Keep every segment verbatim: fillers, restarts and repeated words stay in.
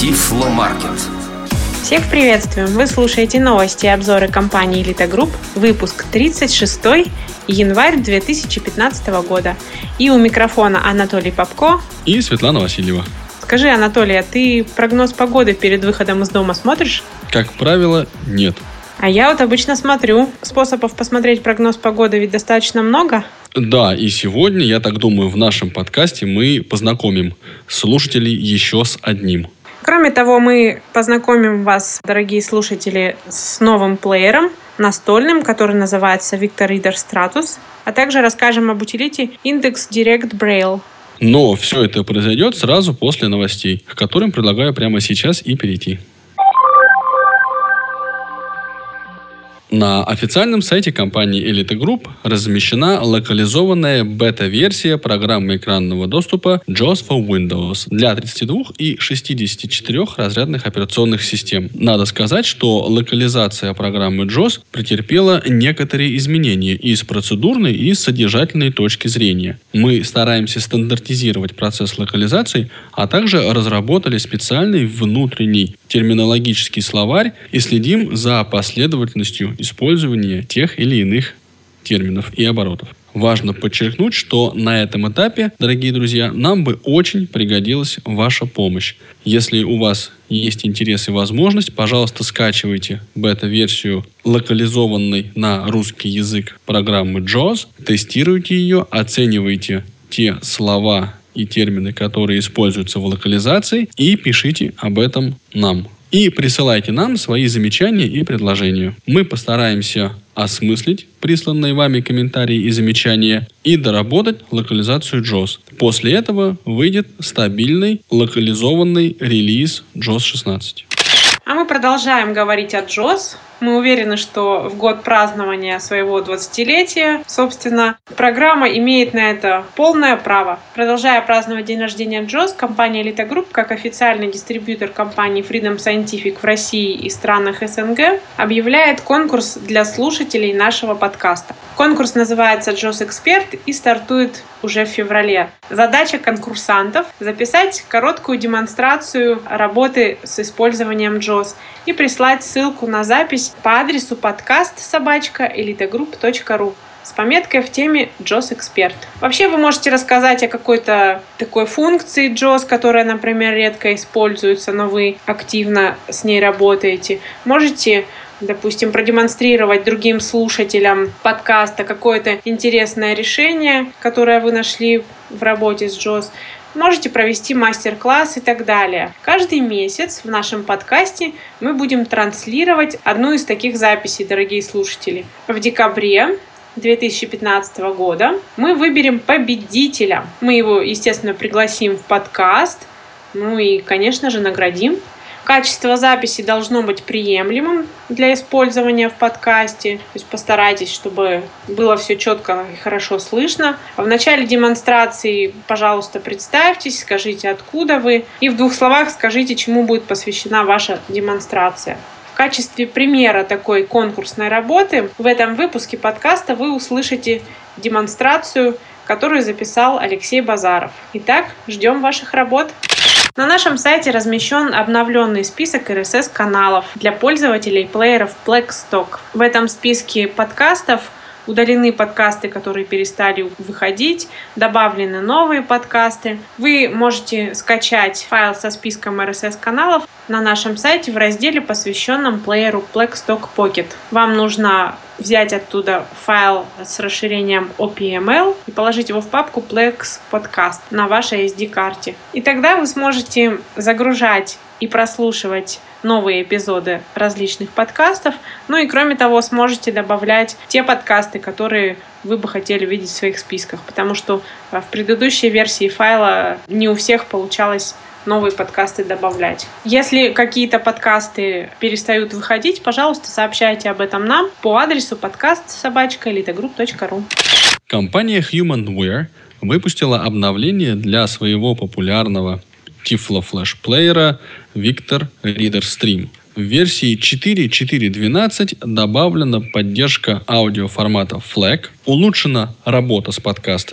Тифломаркет. Всех приветствуем! Вы слушаете новости и обзоры компании Elite Group, выпуск тридцать шестой, январь две тысячи пятнадцатого года. И у микрофона Анатолий Попко и Светлана Васильева. Скажи, Анатолий, а ты прогноз погоды перед выходом из дома смотришь? Как правило, нет. А я вот обычно смотрю. Способов посмотреть прогноз погоды ведь достаточно много. Да, и сегодня, я так думаю, в нашем подкасте мы познакомим слушателей еще с одним. Кроме того, мы познакомим вас, дорогие слушатели, с новым плеером настольным, который называется Victor Reader Stratus, а также расскажем об утилите Index Direct Braille. Но все это произойдет сразу после новостей, к которым предлагаю прямо сейчас и перейти. На официальном сайте компании Elite Group размещена локализованная бета-версия программы экранного доступа джоус for Windows для тридцати двух и шестидесяти четырёх разрядных операционных систем. Надо сказать, что локализация программы джоус претерпела некоторые изменения и с процедурной, и с содержательной точки зрения. Мы стараемся стандартизировать процесс локализации, а также разработали специальный внутренний терминологический словарь и следим за последовательностью использования тех или иных терминов и оборотов. Важно подчеркнуть, что на этом этапе, дорогие друзья, нам бы очень пригодилась ваша помощь. Если у вас есть интерес и возможность, пожалуйста, скачивайте бета-версию локализованной на русский язык программы джоус, тестируйте ее, оценивайте те слова и термины, которые используются в локализации, и пишите об этом нам. И присылайте нам свои замечания и предложения. Мы постараемся осмыслить присланные вами комментарии и замечания и доработать локализацию джоус. После этого выйдет стабильный локализованный релиз джоус шестнадцать. А мы продолжаем говорить о джоус. Мы уверены, что в год празднования своего двадцатилетия, собственно, программа имеет на это полное право. Продолжая праздновать день рождения джоус, компания Elite Group, как официальный дистрибьютор компании Freedom Scientific в России и странах эс эн гэ, объявляет конкурс для слушателей нашего подкаста. Конкурс называется джоус Expert и стартует уже в феврале. Задача конкурсантов – записать короткую демонстрацию работы с использованием джоус и прислать ссылку на запись по адресу подкаст собака элитегрупп точка ру с пометкой в теме джоус Expert. Вообще вы можете рассказать о какой-то такой функции джоус, которая, например, редко используется, но вы активно с ней работаете. Можете, допустим, продемонстрировать другим слушателям подкаста какое-то интересное решение, которое вы нашли в работе с джоус. Можете провести мастер-класс и так далее. Каждый месяц в нашем подкасте мы будем транслировать одну из таких записей, дорогие слушатели. В декабре две тысячи пятнадцатого года мы выберем победителя. Мы его, естественно, пригласим в подкаст, ну и, конечно же, наградим. Качество записи должно быть приемлемым для использования в подкасте. То есть постарайтесь, чтобы было все четко и хорошо слышно. В начале демонстрации, пожалуйста, представьтесь, скажите, откуда вы. И в двух словах скажите, чему будет посвящена ваша демонстрация. В качестве примера такой конкурсной работы в этом выпуске подкаста вы услышите демонстрацию, которую записал Алексей Базаров. Итак, ждем ваших работ. На нашем сайте размещен обновленный список эр эс эс-каналов для пользователей плееров Blackstock. В этом списке подкастов удалены подкасты, которые перестали выходить, добавлены новые подкасты. Вы можете скачать файл со списком эр эс эс-каналов на нашем сайте в разделе, посвященном плееру Blackstock Pocket. Вам нужно взять оттуда файл с расширением о пи эм эл и положить его в папку Plex Podcast на вашей эс ди-карте. И тогда вы сможете загружать и прослушивать новые эпизоды различных подкастов. Ну и кроме того, сможете добавлять те подкасты, которые вы бы хотели видеть в своих списках, потому что в предыдущей версии файла не у всех получалось новые подкасты добавлять. Если какие-то подкасты перестают выходить, пожалуйста, сообщайте об этом нам по адресу подкаст собака элитегрупп точка ру. Компания HumanWare выпустила обновление для своего популярного Tiflo флеш-плеера Victor Reader Stream. В версии четыре точка четыре точка двенадцать добавлена поддержка аудиоформата флэг, улучшена работа с подкастами,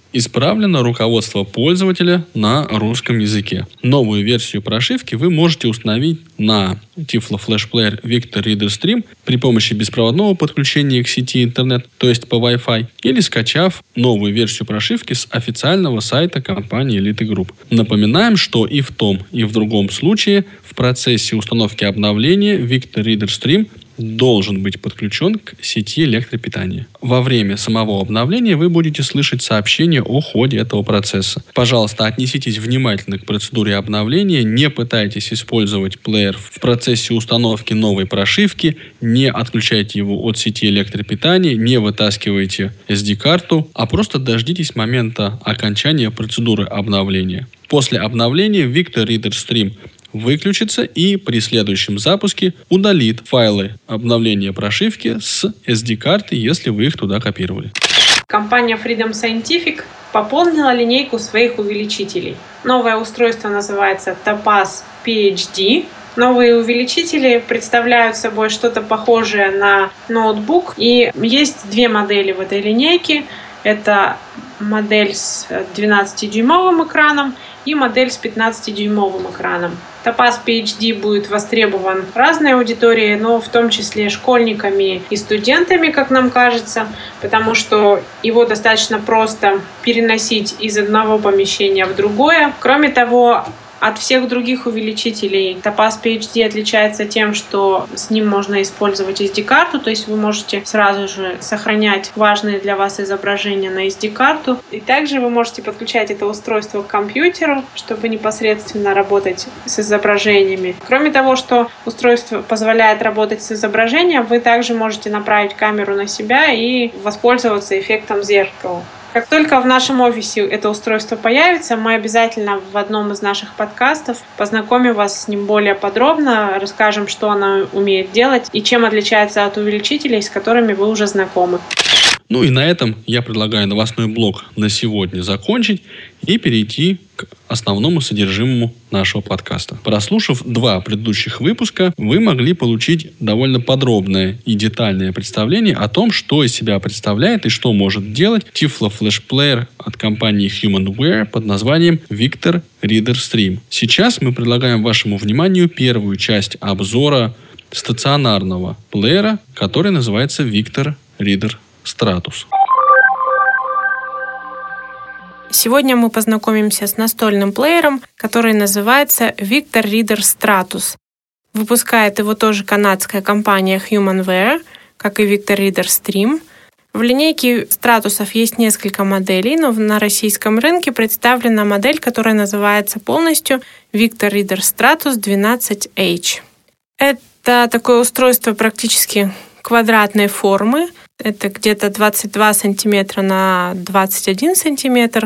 Исправлено руководство пользователя на русском языке. Новую версию прошивки вы можете установить на Tiflo Flash Player Victor Reader Stream при помощи беспроводного подключения к сети интернет, то есть по Wi-Fi, или скачав новую версию прошивки с официального сайта компании Elite Group. Напоминаем, что и в том, и в другом случае в процессе установки обновления Victor Reader Stream должен быть подключен к сети электропитания. Во время самого обновления вы будете слышать сообщение о ходе этого процесса. Пожалуйста, отнеситесь внимательно к процедуре обновления, не пытайтесь использовать плеер в процессе установки новой прошивки, не отключайте его от сети электропитания, не вытаскивайте эс ди-карту, а просто дождитесь момента окончания процедуры обновления. После обновления Victor Reader Stream выключится и при следующем запуске удалит файлы обновления прошивки с эс ди-карты, если вы их туда копировали. Компания Freedom Scientific пополнила линейку своих увеличителей. Новое устройство называется Topaz пи эйч ди. Новые увеличители представляют собой что-то похожее на ноутбук. И есть две модели в этой линейке. Это модель с двенадцатидюймовым экраном и модель с пятнадцатидюймовым экраном. Topaz пи эйч ди будет востребован разной аудиторией, но в том числе школьниками и студентами, как нам кажется, потому что его достаточно просто переносить из одного помещения в другое. Кроме того, от всех других увеличителей Topaz пи эйч ди отличается тем, что с ним можно использовать эс ди-карту, то есть вы можете сразу же сохранять важные для вас изображения на эс ди-карту. И также вы можете подключать это устройство к компьютеру, чтобы непосредственно работать с изображениями. Кроме того, что устройство позволяет работать с изображением, вы также можете направить камеру на себя и воспользоваться эффектом зеркала. Как только в нашем офисе это устройство появится, мы обязательно в одном из наших подкастов познакомим вас с ним более подробно, расскажем, что оно умеет делать и чем отличается от увеличителей, с которыми вы уже знакомы. Ну и на этом я предлагаю новостной блок на сегодня закончить и перейти к основному содержимому нашего подкаста. Прослушав два предыдущих выпуска, вы могли получить довольно подробное и детальное представление о том, что из себя представляет и что может делать Tiflo Flash Player от компании HumanWare под названием Victor Reader Stream. Сейчас мы предлагаем вашему вниманию первую часть обзора стационарного плеера, который называется Victor Reader Stratus. Сегодня мы познакомимся с настольным плеером, который называется Victor Reader Stratus. Выпускает его тоже канадская компания HumanWare, как и Victor Reader Stream. В линейке стратусов есть несколько моделей, но на российском рынке представлена модель, которая называется полностью Victor Reader Stratus двенадцать эйч. Это такое устройство практически квадратной формы. Это где-то двадцать два сантиметра на двадцать один сантиметр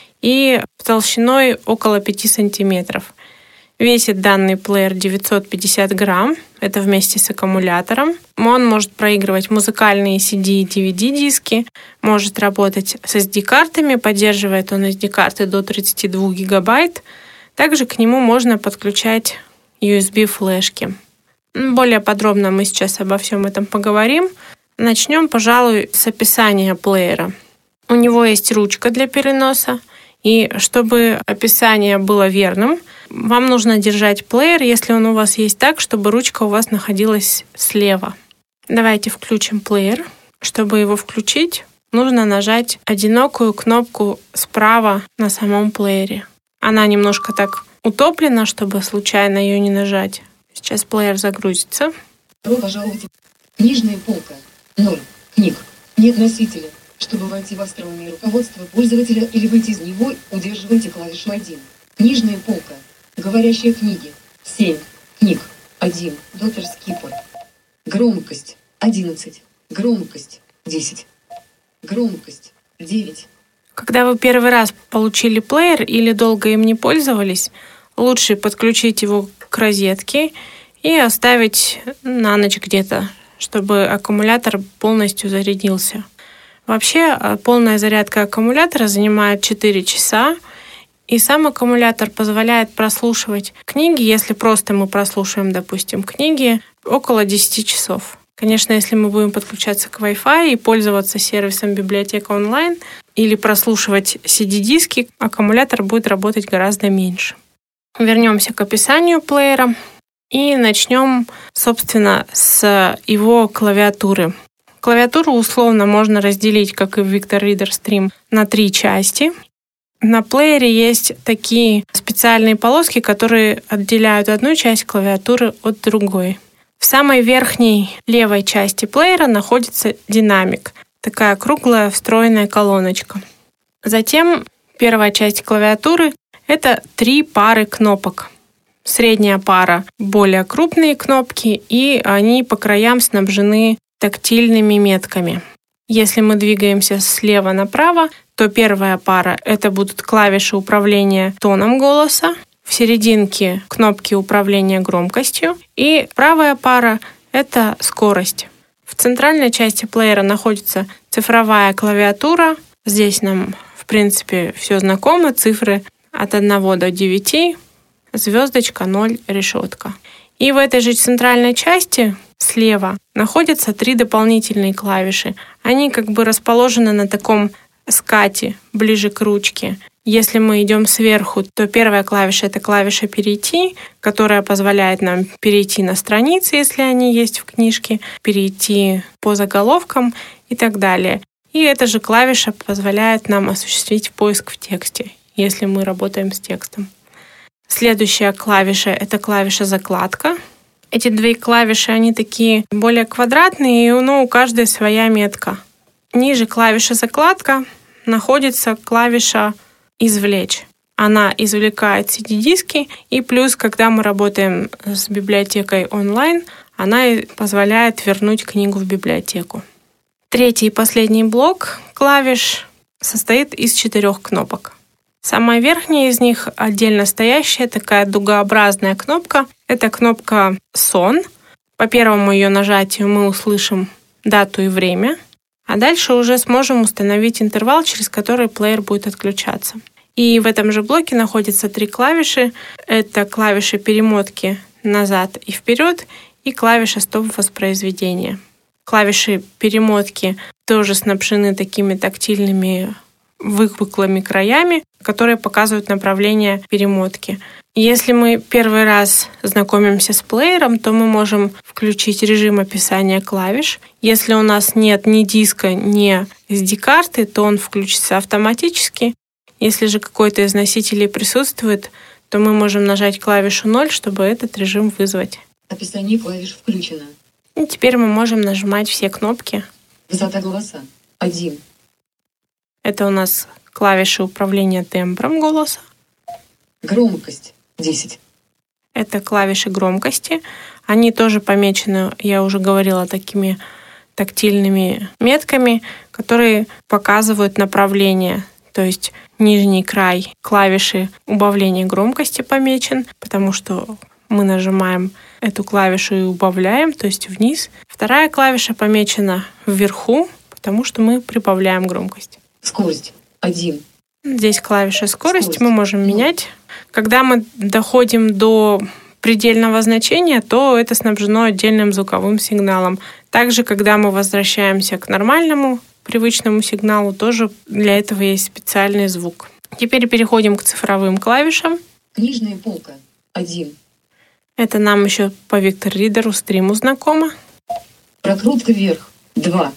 и толщиной около пяти сантиметров. Весит данный плеер девятьсот пятьдесят грамм. Это вместе с аккумулятором. Он может проигрывать музыкальные си ди и ди ви ди-диски, может работать с эс ди-картами, поддерживает он эс ди-карты до тридцать два гигабайт. Также к нему можно подключать ю эс би-флешки. Более подробно мы сейчас обо всем этом поговорим. Начнем, пожалуй, с описания плеера. У него есть ручка для переноса, и чтобы описание было верным, вам нужно держать плеер, если он у вас есть так, чтобы ручка у вас находилась слева. Давайте включим плеер. Чтобы его включить, нужно нажать одинокую кнопку справа на самом плеере. Она немножко так утоплена, чтобы случайно ее не нажать. Сейчас плеер загрузится. Добро пожаловать. Книжная полка. Ноль. Книг. Нет носителя. Чтобы войти в остроумное руководство пользователя или выйти из него, удерживайте клавишу один. Книжная полка. Говорящие книги. семь. Книг. один. Доктор Скиппер. Громкость. одиннадцать. Громкость. десять. Громкость. девять. Когда вы первый раз получили плеер или долго им не пользовались, лучше подключить его к розетке и оставить на ночь где-то, чтобы аккумулятор полностью зарядился. Вообще, полная зарядка аккумулятора занимает четыре часа, и сам аккумулятор позволяет прослушивать книги, если просто мы прослушиваем, допустим, книги, около десять часов. Конечно, если мы будем подключаться к Wi-Fi и пользоваться сервисом библиотека онлайн или прослушивать си ди-диски, аккумулятор будет работать гораздо меньше. Вернемся к описанию плеера и начнем, собственно, с его клавиатуры. Клавиатуру условно можно разделить, как и в Victor Reader Stream, на три части. На плеере есть такие специальные полоски, которые отделяют одну часть клавиатуры от другой. В самой верхней левой части плеера находится динамик, такая круглая встроенная колоночка. Затем первая часть клавиатуры — это три пары кнопок. Средняя пара — более крупные кнопки, и они по краям снабжены тактильными метками. Если мы двигаемся слева направо, то первая пара — это будут клавиши управления тоном голоса, в серединке кнопки управления громкостью, и правая пара — это скорость. В центральной части плеера находится цифровая клавиатура. Здесь нам, в принципе, все знакомо. Цифры от одного до девяти, звездочка, ноль, решетка. И в этой же центральной части слева находятся три дополнительные клавиши. Они как бы расположены на таком скате, ближе к ручке. Если мы идем сверху, то первая клавиша — это клавиша «Перейти», которая позволяет нам перейти на страницы, если они есть в книжке, перейти по заголовкам и так далее. И эта же клавиша позволяет нам осуществить поиск в тексте, если мы работаем с текстом. Следующая клавиша — это клавиша «Закладка». Эти две клавиши, они такие более квадратные, но у каждой своя метка. Ниже клавиши «Закладка» находится клавиша «Извлечь». Она извлекает си ди-диски, и плюс, когда мы работаем с библиотекой онлайн, она позволяет вернуть книгу в библиотеку. Третий и последний блок клавиш состоит из четырех кнопок. Самая верхняя из них, отдельно стоящая, такая дугообразная кнопка, это кнопка «Сон». По первому ее нажатию мы услышим дату и время, а дальше уже сможем установить интервал, через который плеер будет отключаться. И в этом же блоке находятся три клавиши. Это клавиши перемотки назад и вперед и клавиша стоп-воспроизведения. Клавиши перемотки тоже снабжены такими тактильными выпуклыми краями, которые показывают направление перемотки. Если мы первый раз знакомимся с плеером, то мы можем включить режим описания клавиш. Если у нас нет ни диска, ни эс ди-карты, то он включится автоматически. Если же какой-то из носителей присутствует, то мы можем нажать клавишу ноль, чтобы этот режим вызвать. Описание клавиш включено. И теперь мы можем нажимать все кнопки. Высота голоса один. Это у нас клавиши управления тембром голоса. Громкость десять. Это клавиши громкости. Они тоже помечены, я уже говорила, такими тактильными метками, которые показывают направление. То есть нижний край клавиши убавления громкости помечен, потому что мы нажимаем эту клавишу и убавляем, то есть вниз. Вторая клавиша помечена вверху, потому что мы прибавляем громкость. Скорость один. Здесь клавиша скорость, Скорость. мы можем менять. Когда мы доходим до предельного значения, то это снабжено отдельным звуковым сигналом. Также, когда мы возвращаемся к нормальному, привычному сигналу, тоже для этого есть специальный звук. Теперь переходим к цифровым клавишам. Книжная полка один. Это нам еще по Victor Reader Stream знакомо. Прокрутка вверх два.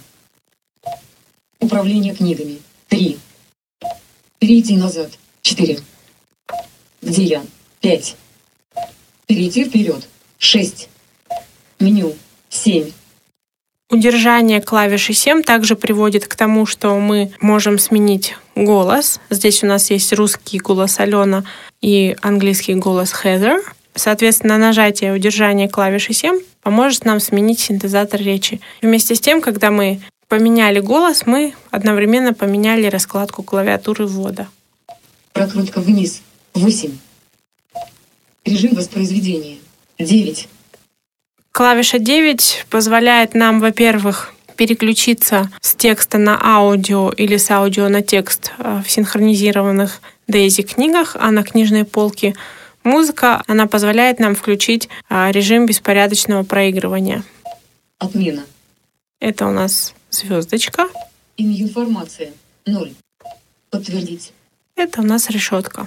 Управление книгами три. Перейти назад четыре. Где я пять. Перейти вперед шесть. Меню семь. Удержание клавиши семь также приводит к тому, что мы можем сменить голос. Здесь у нас есть русский голос Алена и английский голос Heather. Соответственно, нажатие и удержание клавиши семь поможет нам сменить синтезатор речи. Вместе с тем, когда мы поменяли голос, мы одновременно поменяли раскладку клавиатуры ввода. Прокрутка вниз восемь. Режим воспроизведения девять. Клавиша девять позволяет нам, во-первых, переключиться с текста на аудио или с аудио на текст в синхронизированных Дейзи книгах, а на книжной полке музыка, она позволяет нам включить режим беспорядочного проигрывания. Отмена Это у нас звездочка. Информация. ноль. Подтвердить. Это у нас решетка.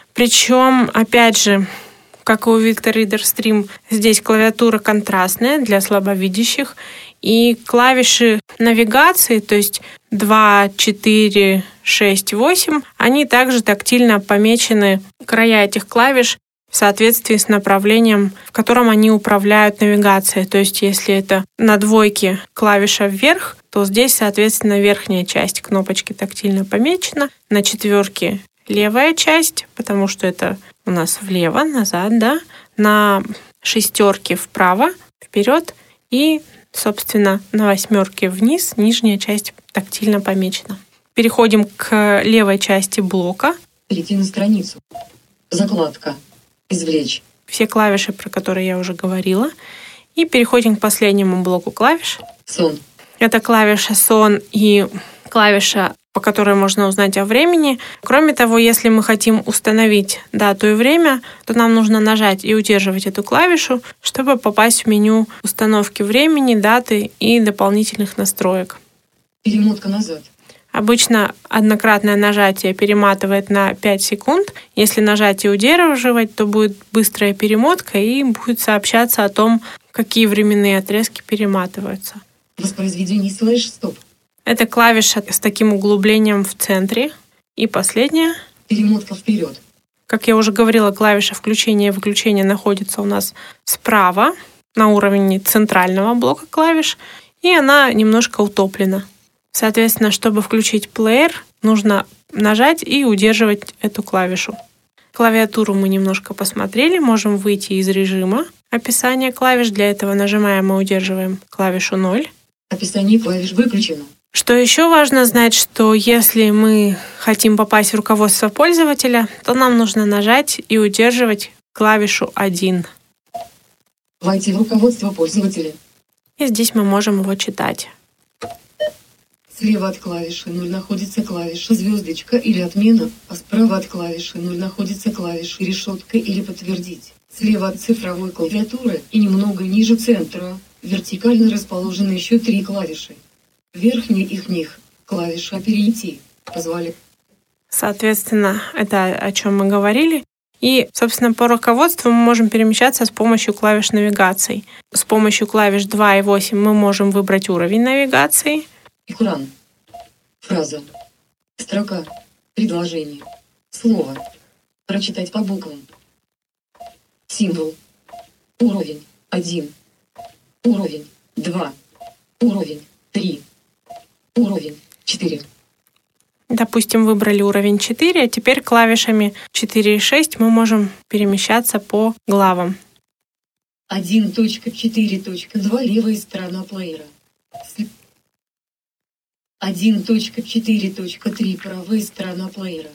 Причем, опять же, как и у Victor Reader Stream, здесь клавиатура контрастная для слабовидящих. И клавиши навигации, то есть два, четыре, шесть, восемь, они также тактильно помечены, края этих клавиш, в соответствии с направлением, в котором они управляют навигацией. То есть если это на двойке клавиша вверх, то здесь, соответственно, верхняя часть кнопочки тактильно помечена, на четверке левая часть, потому что это у нас влево, назад, да, на шестерке вправо, вперед, и, собственно, на восьмерке вниз, нижняя часть тактильно помечена. Переходим к левой части блока. Перейти на страницу. Закладка. Извлечь. Все клавиши, про которые я уже говорила. И переходим к последнему блоку клавиш. Сон. Это клавиша сон и клавиша, по которой можно узнать о времени. Кроме того, если мы хотим установить дату и время, то нам нужно нажать и удерживать эту клавишу, чтобы попасть в меню установки времени, даты и дополнительных настроек. Перемотка назад. Обычно однократное нажатие перематывает на пять секунд. Если нажать и удерживать, то будет быстрая перемотка и будет сообщаться о том, какие временные отрезки перематываются. Воспроизведение слэш стоп. Это клавиша с таким углублением в центре. И последняя. Перемотка вперед. Как я уже говорила, клавиша включения и выключения находится у нас справа, на уровне центрального блока клавиш, и она немножко утоплена. Соответственно, чтобы включить плеер, нужно нажать и удерживать эту клавишу. Клавиатуру мы немножко посмотрели, можем выйти из режима описания клавиш. Для этого нажимаем и удерживаем клавишу ноль. Описание клавиш выключено. Что еще важно знать, что если мы хотим попасть в руководство пользователя, то нам нужно нажать и удерживать клавишу один. Войти в руководство пользователя. И здесь мы можем его читать. Слева от клавиши ноль находится клавиша звездочка или отмена, а справа от клавиши ноль находится клавиша решетка или подтвердить. Слева от цифровой клавиатуры и немного ниже центра вертикально расположены еще три клавиши. Верхняя их них клавиша «Перейти» позволяет. Соответственно, это о чем мы говорили. И, собственно, по руководству мы можем перемещаться с помощью клавиш навигации. С помощью клавиш два и восемь мы можем выбрать уровень навигации. Экран. Фраза. Строка. Предложение. Слово. Прочитать по буквам. Символ. Уровень. один. Уровень. два. Уровень. три. Уровень. четыре. Допустим, выбрали уровень четыре, а теперь клавишами четыре и шесть мы можем перемещаться по главам. один точка четыре точка два левая сторона плеера. один точка четыре точка три правая сторона плеера.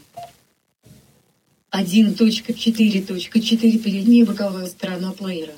один точка четыре точка четыре передняя боковая сторона плеера.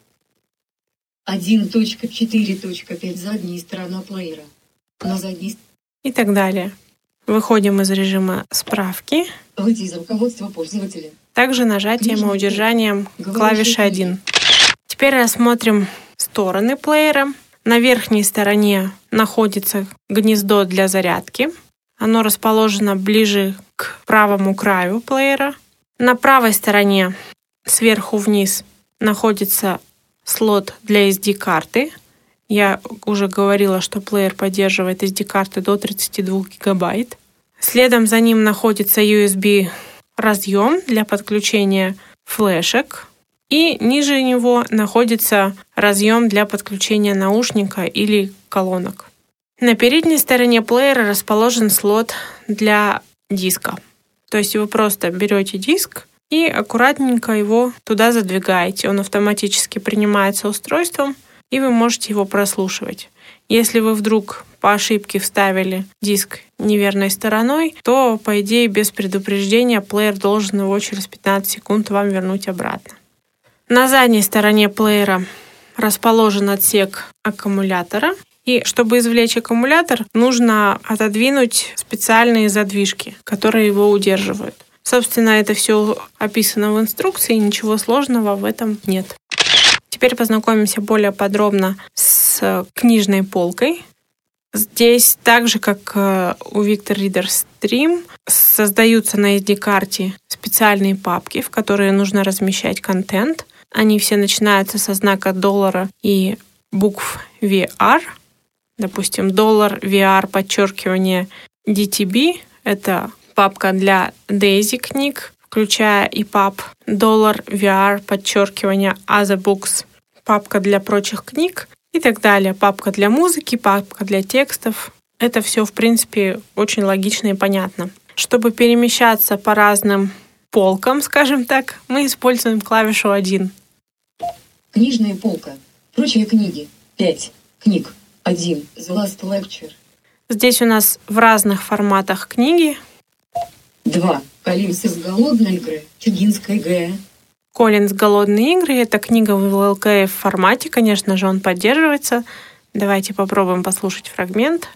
один точка четыре точка пять задняя сторона плеера. На задней и так далее. Выходим из режима справки. Выйти из руководства пользователя. Также нажатием и удержанием клавиши один. Теперь рассмотрим стороны плеера. На верхней стороне находится гнездо для зарядки. Оно расположено ближе к правому краю плеера. На правой стороне сверху вниз находится слот для эс ди-карты. Я уже говорила, что плеер поддерживает эс ди-карты до тридцати двух гигабайт. Следом за ним находится ю эс би разъем для подключения флешек. И ниже него находится разъем для подключения наушника или колонок. На передней стороне плеера расположен слот для диска. То есть вы просто берете диск и аккуратненько его туда задвигаете. Он автоматически принимается устройством, и вы можете его прослушивать. Если вы вдруг по ошибке вставили диск неверной стороной, то, по идее, без предупреждения плеер должен его через пятнадцать секунд вам вернуть обратно. На задней стороне плеера расположен отсек аккумулятора. И чтобы извлечь аккумулятор, нужно отодвинуть специальные задвижки, которые его удерживают. Собственно, это все описано в инструкции, ничего сложного в этом нет. Теперь познакомимся более подробно с книжной полкой. Здесь, так же как у Victor Reader Stream, создаются на эс ди-карте специальные папки, в которые нужно размещать контент. Они все начинаются со знака доллара и букв ви ар. Допустим, доллар, ви ар, подчеркивание, ди ти би — это папка для Daisy книг, включая и паб. Доллар, ви ар, подчеркивание, Other Books, папка для прочих книг и так далее. Папка для музыки, папка для текстов. Это все, в принципе, очень логично и понятно. Чтобы перемещаться по разным полкам, скажем так, мы используем клавишу один. Книжная полка. Прочие книги. пять. Книг. один. The Last Lecture. Здесь у нас в разных форматах книги. два. Коллинс «Голодные игры». Чугинская гэ. Коллинс «Голодные игры» — это книга в эл эл кей формате, конечно же, он поддерживается. Давайте попробуем послушать фрагмент.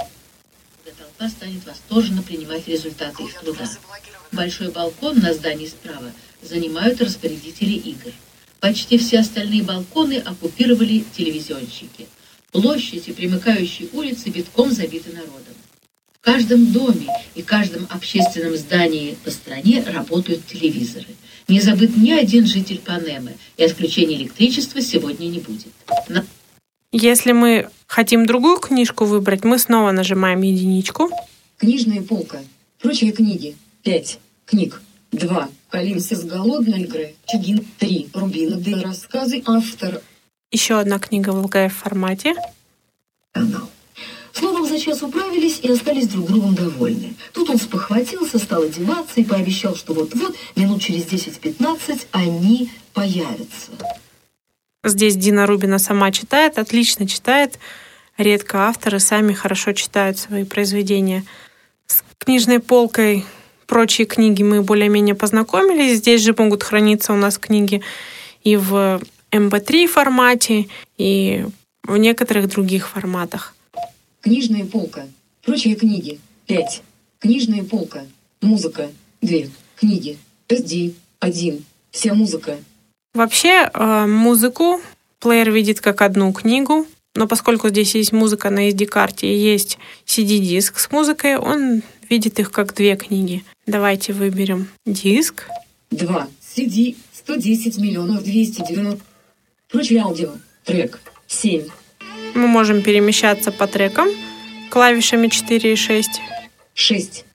Толпа станет восторженно принимать результаты их труда. Большой балкон на здании справа занимают распорядители игр. Почти все остальные балконы оккупировали телевизионщики. Площадь и примыкающие улицы битком забиты народом. В каждом доме и каждом общественном здании по стране работают телевизоры. Не забыт ни один житель Панемы, и отключения электричества сегодня не будет. На... Если мы хотим другую книжку выбрать, мы снова нажимаем единичку. Книжная полка. Прочие книги. пять. Книг. два. Коллинс «Голодные игры». Чугин. три. Рубина Д. Рассказы. Автор. Еще одна книга в эл ка эф формате. Канал. Словом, за час управились и остались друг другом довольны. Тут он спохватился, стал одеваться и пообещал, что вот-вот, минут через десять-пятнадцать, они появятся. Здесь Дина Рубина сама читает, отлично читает. Редко авторы сами хорошо читают свои произведения. С книжной полкой прочие книги мы более-менее познакомились. Здесь же могут храниться у нас книги и в эм пэ три формате, и в некоторых других форматах. Книжная полка. Прочие книги. пять. Книжная полка. Музыка. два. Книги. эс ди. один. Вся музыка. Вообще музыку плеер видит как одну книгу, но поскольку здесь есть музыка на эс ди-карте и есть си ди-диск с музыкой, он видит их как две книги. Давайте выберем диск. два. си ди. сто десять миллионов двести девяносто. Прочие аудио. Трек. семь. Мы можем перемещаться по трекам клавишами четыре и шесть. шесть.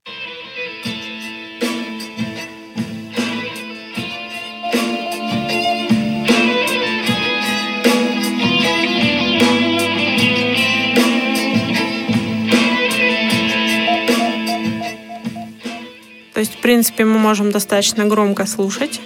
То есть, в принципе, мы можем достаточно громко слушать.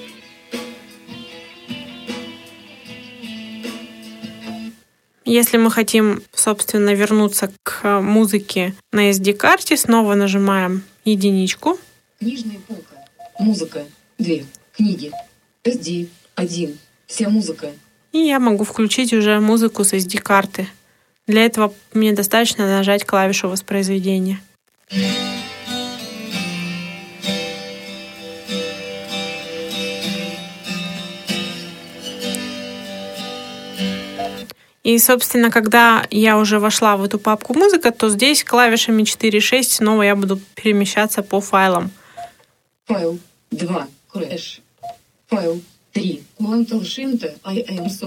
Если мы хотим, собственно, вернуться к музыке на эс ди-карте, снова нажимаем единичку. Книжная полка. Музыка. два. Книги. эс ди. один. Вся музыка. И я могу включить уже музыку с эс ди-карты. Для этого мне достаточно нажать клавишу воспроизведения. И, собственно, когда я уже вошла в эту папку «Музыка», то здесь клавишами четыре и шесть снова я буду перемещаться по файлам. Файл два. Crash. Файл три. Quantal Shinta. I am so...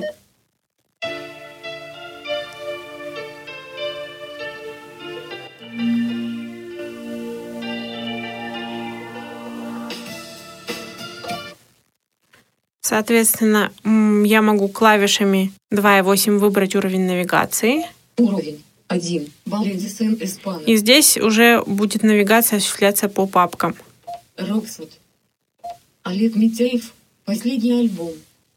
Соответственно, я могу клавишами два и восемь выбрать уровень навигации. Уровень один. Баледисен Испана. И здесь уже будет навигация осуществляться по папкам. Роксот. Олег Митяев. Последний альбом.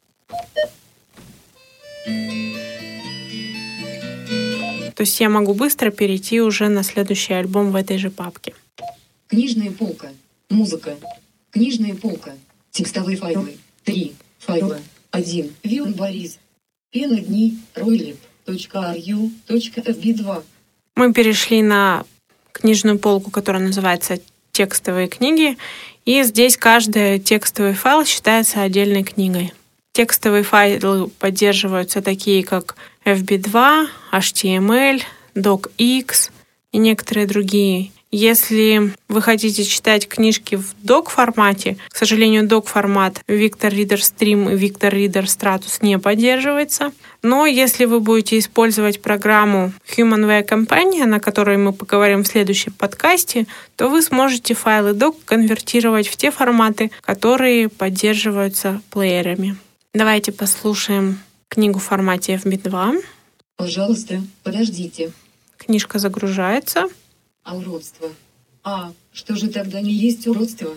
То есть я могу быстро перейти уже на следующий альбом в этой же папке. Книжная полка. Музыка. Книжная полка. Текстовые файлы. три. Файла. один. Вилн Борис. Пена дни. Ройлип. .ру. эф би два. Мы перешли на книжную полку, которая называется «Текстовые книги». И здесь каждый текстовый файл считается отдельной книгой. Текстовые файлы поддерживаются такие, как эф би два, эйч ти эм эль, док-икс и некоторые другие. Если вы хотите читать книжки в док-формате, к сожалению, док-формат Victor Reader Stream и Victor Reader Stratus не поддерживается. Но если вы будете использовать программу Humanware Companion, о которой мы поговорим в следующем подкасте, то вы сможете файлы док конвертировать в те форматы, которые поддерживаются плеерами. Давайте послушаем книгу в формате эф би два. Пожалуйста, подождите. Книжка загружается. А уродство? А, что же тогда не есть уродство?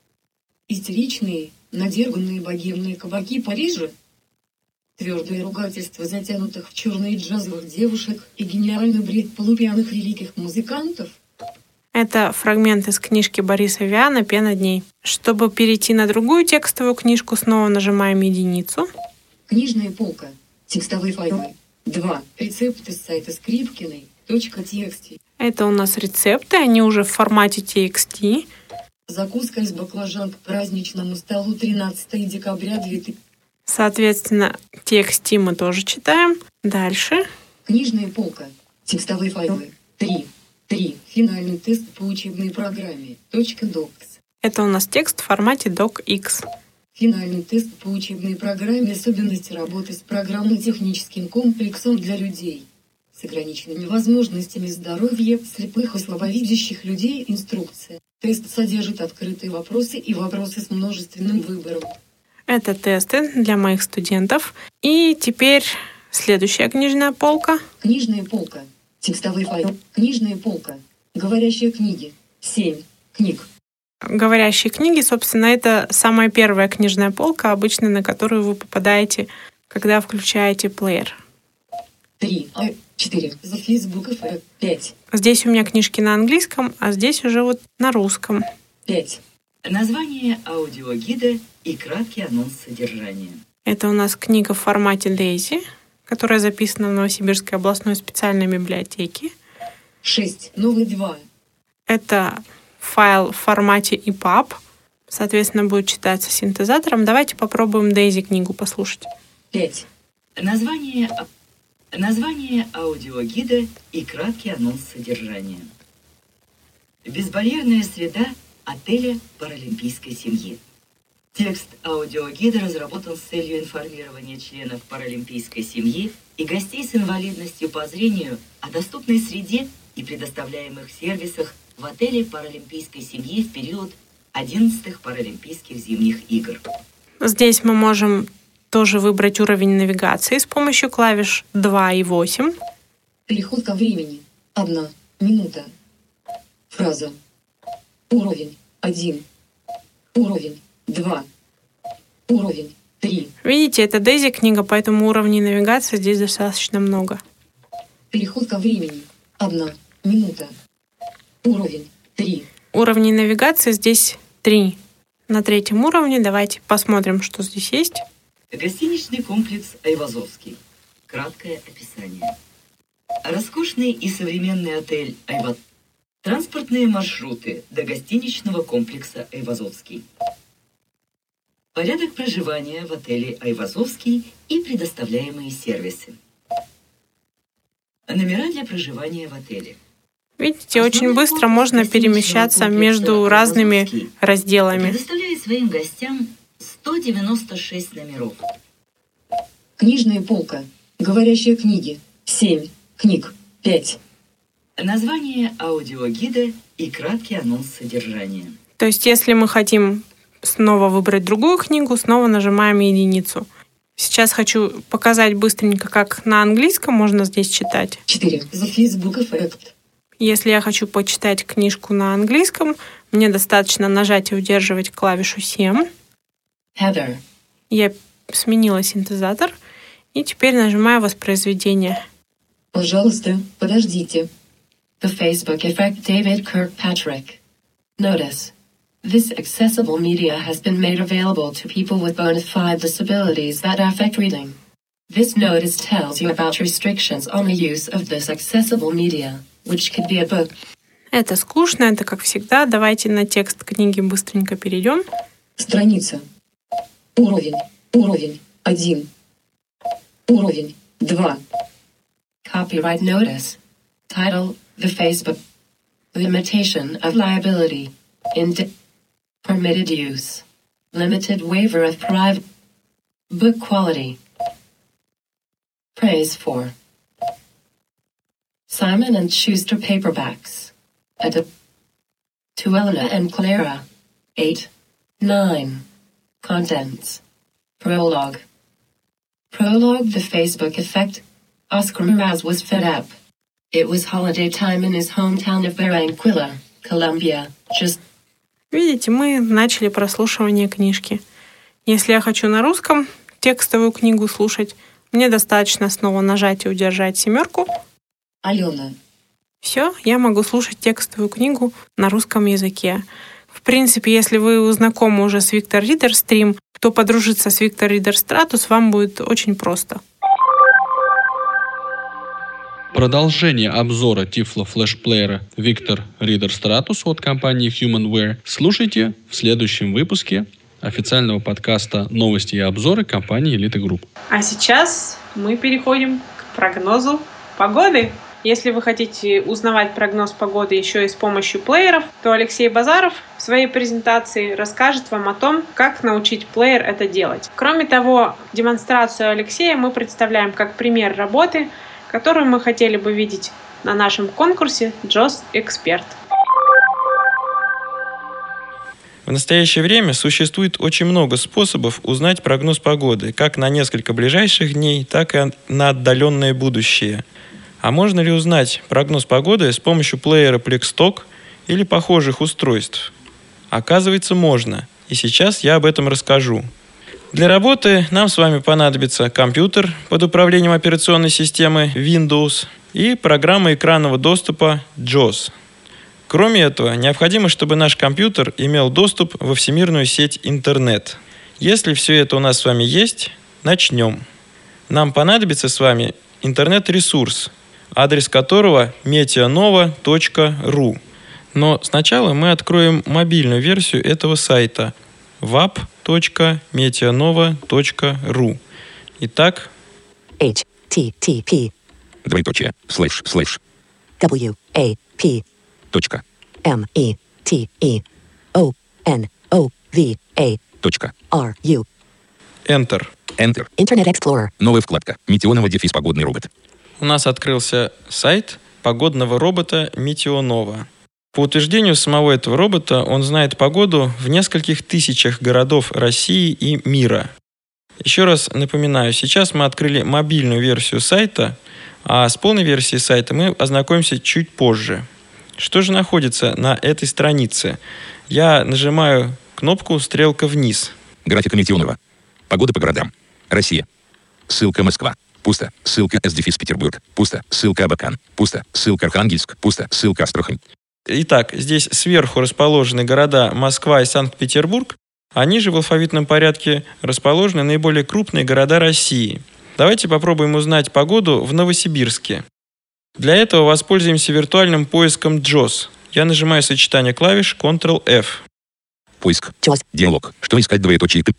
Истеричные, надерганные богемные кабаки Парижа? Твердое ругательство затянутых в черные джазовых девушек и гениальный бред полупьяных великих музыкантов? Это фрагмент из книжки Бориса Виана «Пена дней». Чтобы перейти на другую текстовую книжку, снова нажимаем единицу. Книжная полка. Текстовые файлы. два. Рецепты с сайта Скрипкиной. .txt. Это у нас рецепты, они уже в формате ти экс ти. Закуска из баклажан к праздничному столу тринадцатого декабря две тысячи. Соответственно, ти экс ти мы тоже читаем. Дальше. Книжная полка. Текстовые файлы. три. три. Финальный тест по учебной программе. .docs. Это у нас текст в формате док-икс. Финальный тест по учебной программе. Особенности работы с программно-техническим комплексом для людей с ограниченными возможностями здоровья, слепых и слабовидящих людей. Инструкция. Тест содержит открытые вопросы и вопросы с множественным выбором. Это тесты для моих студентов. И теперь следующая книжная полка. Книжная полка. Текстовый файл. Книжная полка. Говорящие книги. семь. Книг. Говорящие книги, собственно, это самая первая книжная полка, обычно на которую вы попадаете, когда включаете плеер. три. четыре. За Facebook. пять. Здесь у меня книжки на английском, а здесь уже вот на русском. пять. Название аудиогида и краткий анонс содержания. Это у нас книга в формате Daisy, которая записана в Новосибирской областной специальной библиотеке. шесть. Новый два. Это файл в формате и паб, соответственно, будет читаться синтезатором. Давайте попробуем Daisy книгу послушать. пять. Название, название аудиогида и краткий анонс содержания. Безбарьерная среда отеля паралимпийской семьи. Текст аудиогида разработан с целью информирования членов паралимпийской семьи и гостей с инвалидностью по зрению о доступной среде и предоставляемых сервисах в отеле паралимпийской семьи в период одиннадцатых паралимпийских зимних игр. Здесь мы можем тоже выбрать уровень навигации с помощью клавиш два и восемь. Переход ко времени. Одна минута. Фраза. Уровень один. Уровень два. Уровень три. Видите, это Daisy книга, поэтому уровней навигации здесь достаточно много. Переход ко времени. Одна минута. Уровень три. Уровней навигации здесь три. На третьем уровне давайте посмотрим, что здесь есть. Гостиничный комплекс Айвазовский. Краткое описание. Роскошный и современный отель Айвазовский. Транспортные маршруты до гостиничного комплекса Айвазовский. Порядок проживания в отеле Айвазовский и предоставляемые сервисы. Номера для проживания в отеле. Видите, очень быстро можно перемещаться между разными разделами. Предоставляет своим гостям сто девяносто шесть номеров. Книжная полка. Говорящие книги. семь. Книг. пять. Название аудиогида и краткий анонс содержания. То есть, если мы хотим снова выбрать другую книгу, снова нажимаем единицу. Сейчас хочу показать быстренько, как на английском можно здесь читать. четыре. The Facebook Effect. Если я хочу почитать книжку на английском, мне достаточно нажать и удерживать клавишу семь. Heather. Я сменила синтезатор и теперь нажимаю воспроизведение. Пожалуйста, подождите. The Facebook Effect David Kirkpatrick. Notice. This accessible media has been made available to people with bona fide disabilities that affect reading. This notice tells you about restrictions on the use of this accessible media, which could be a book. Это скучно, это как всегда. Давайте на текст книги быстренько перейдем. Страница. Уровень. Уровень. один. Уровень два. Copyright notice. Title: The Facebook. Limitation of liability. Indi- permitted use. Limited waiver of private. Book quality. Praise for. Simon and Schuster paperbacks. Edit. To Elena and Clara. eight. nine. Contents. Prologue. Prologue: The Facebook Effect. Oscar Miraz was fed up. It was holiday time in his hometown of Barranquilla, Colombia. Just... Видите, мы начали прослушивание книжки. Если я хочу на русском текстовую книгу слушать, мне достаточно снова нажать и удержать семерку. Алена. Все, я могу слушать текстовую книгу на русском языке. В принципе, если вы знакомы уже с Victor Reader Stream, то подружиться с Victor Reader Stratus вам будет очень просто. Продолжение обзора Tiflo флешплеера Victor Reader Stratus от компании HumanWare слушайте в следующем выпуске официального подкаста «Новости и обзоры» компании Elite Group. А сейчас мы переходим к прогнозу погоды. Если вы хотите узнавать прогноз погоды еще и с помощью плееров, то Алексей Базаров в своей презентации расскажет вам о том, как научить плеер это делать. Кроме того, демонстрацию Алексея мы представляем как пример работы, которую мы хотели бы видеть на нашем конкурсе джос Expert. В настоящее время существует очень много способов узнать прогноз погоды, как на несколько ближайших дней, так и на отдаленное будущее. А можно ли узнать прогноз погоды с помощью плеера Plextalk или похожих устройств? Оказывается, можно. И сейчас я об этом расскажу. Для работы нам с вами понадобится компьютер под управлением операционной системы Windows и программа экранного доступа джос. Кроме этого, необходимо, чтобы наш компьютер имел доступ во всемирную сеть интернет. Если все это у нас с вами есть, начнем. Нам понадобится с вами интернет-ресурс, адрес которого метеонова точка ру. Но сначала мы откроем мобильную версию этого сайта вап точка метеонова точка ру. Итак, эйч ти ти пи двоеточие слэш слэш дабл-ю эй пи точка эм и ти и о эн о ви эй точка ар ю. Enter. Enter. Internet Explorer. Новая вкладка. Метеонова дефис погодный робот. У нас открылся сайт погодного робота Метеонова. По утверждению самого этого робота, он знает погоду в нескольких тысячах городов России и мира. Еще раз напоминаю, сейчас мы открыли мобильную версию сайта, а с полной версией сайта мы ознакомимся чуть позже. Что же находится на этой странице? Я нажимаю кнопку «Стрелка вниз». Графика Метеонова. Погода по городам. Россия. Ссылка Москва. Пусто. Ссылка С-дефис Петербург. Пусто. Ссылка Абакан. Пусто. Ссылка Архангельск. Пусто. Ссылка Астрахань. Итак, здесь сверху расположены города Москва и Санкт-Петербург, а ниже в алфавитном порядке расположены наиболее крупные города России. Давайте попробуем узнать погоду в Новосибирске. Для этого воспользуемся виртуальным поиском джос. Я нажимаю сочетание клавиш контрол эф. Поиск. Диалог. Что искать двоеточие ты?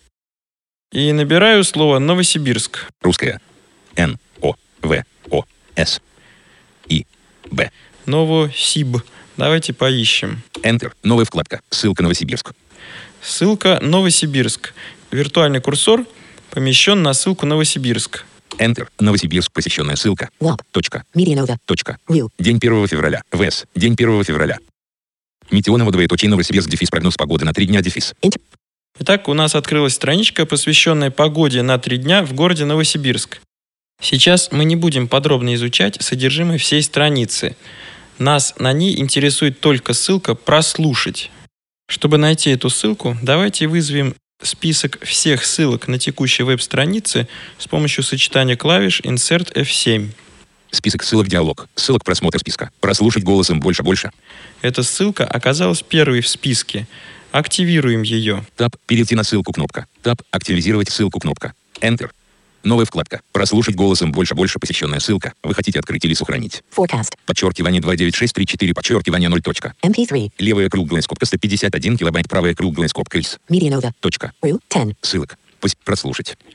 И набираю слово Новосибирск. Русское. Н. О. В. О. С. И. Б. Новосиб. Давайте поищем. Enter. Новая вкладка. Ссылка Новосибирск. Ссылка Новосибирск. Виртуальный курсор помещен на ссылку Новосибирск. Enter. Новосибирск. Посещенная ссылка. Wap. Точка. Метеонова. Точка. Ру. День первого февраля. ВС. День первого февраля. Метеонова двоеточие Новосибирск дефис прогноз погоды на три дня дефис. Enter. Итак, у нас открылась страничка, посвященная погоде на три дня в городе Новосибирск. Сейчас мы не будем подробно изучать содержимое всей страницы. Нас на ней интересует только ссылка «Прослушать». Чтобы найти эту ссылку, давайте вызовем список всех ссылок на текущей веб-странице с помощью сочетания клавиш Insert эф семь. Список ссылок диалог. Ссылок просмотр списка. Прослушать голосом больше-больше. Эта ссылка оказалась первой в списке. Активируем ее. Таб. Перейти на ссылку кнопка. Таб. Активизировать ссылку кнопка. Enter. Новая вкладка. Прослушать голосом больше-больше посещенная ссылка. Вы хотите открыть или сохранить? Forecast. Подчеркивание два девять шесть три четыре, подчеркивание ноль. эм пи три. Левая круглая скобка сто пятьдесят один килобайт, правая круглая скобка из. Метеонова. Точка. Ру. десять. Ссылок. Пусть прослушать.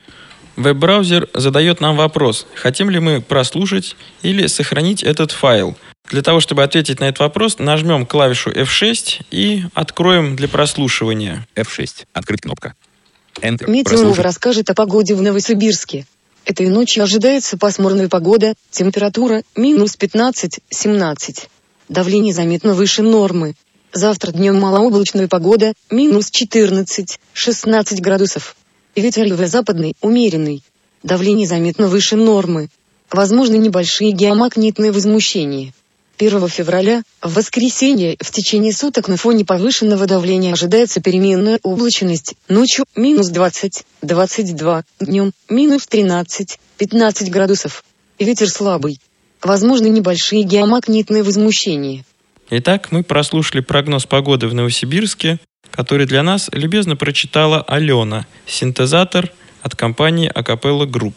Веб-браузер задает нам вопрос, хотим ли мы прослушать или сохранить этот файл. Для того, чтобы ответить на этот вопрос, нажмем клавишу эф шесть и откроем для прослушивания. эф шесть. Открыть кнопка. Enter. Метеоролог расскажет о погоде в Новосибирске. Этой ночью ожидается пасмурная погода, температура минус пятнадцать - семнадцать. Давление заметно выше нормы. Завтра днем малооблачная погода, минус четырнадцать - шестнадцать градусов. Ветер юго-западный, умеренный. Давление заметно выше нормы. Возможны небольшие геомагнитные возмущения. первого февраля, в воскресенье, в течение суток на фоне повышенного давления ожидается переменная облачность. Ночью минус двадцать - двадцать два, днем минус тринадцать - пятнадцать градусов. Ветер слабый. Возможны небольшие геомагнитные возмущения. Итак, мы прослушали прогноз погоды в Новосибирске, который для нас любезно прочитала Алена, синтезатор от компании Acapella Group.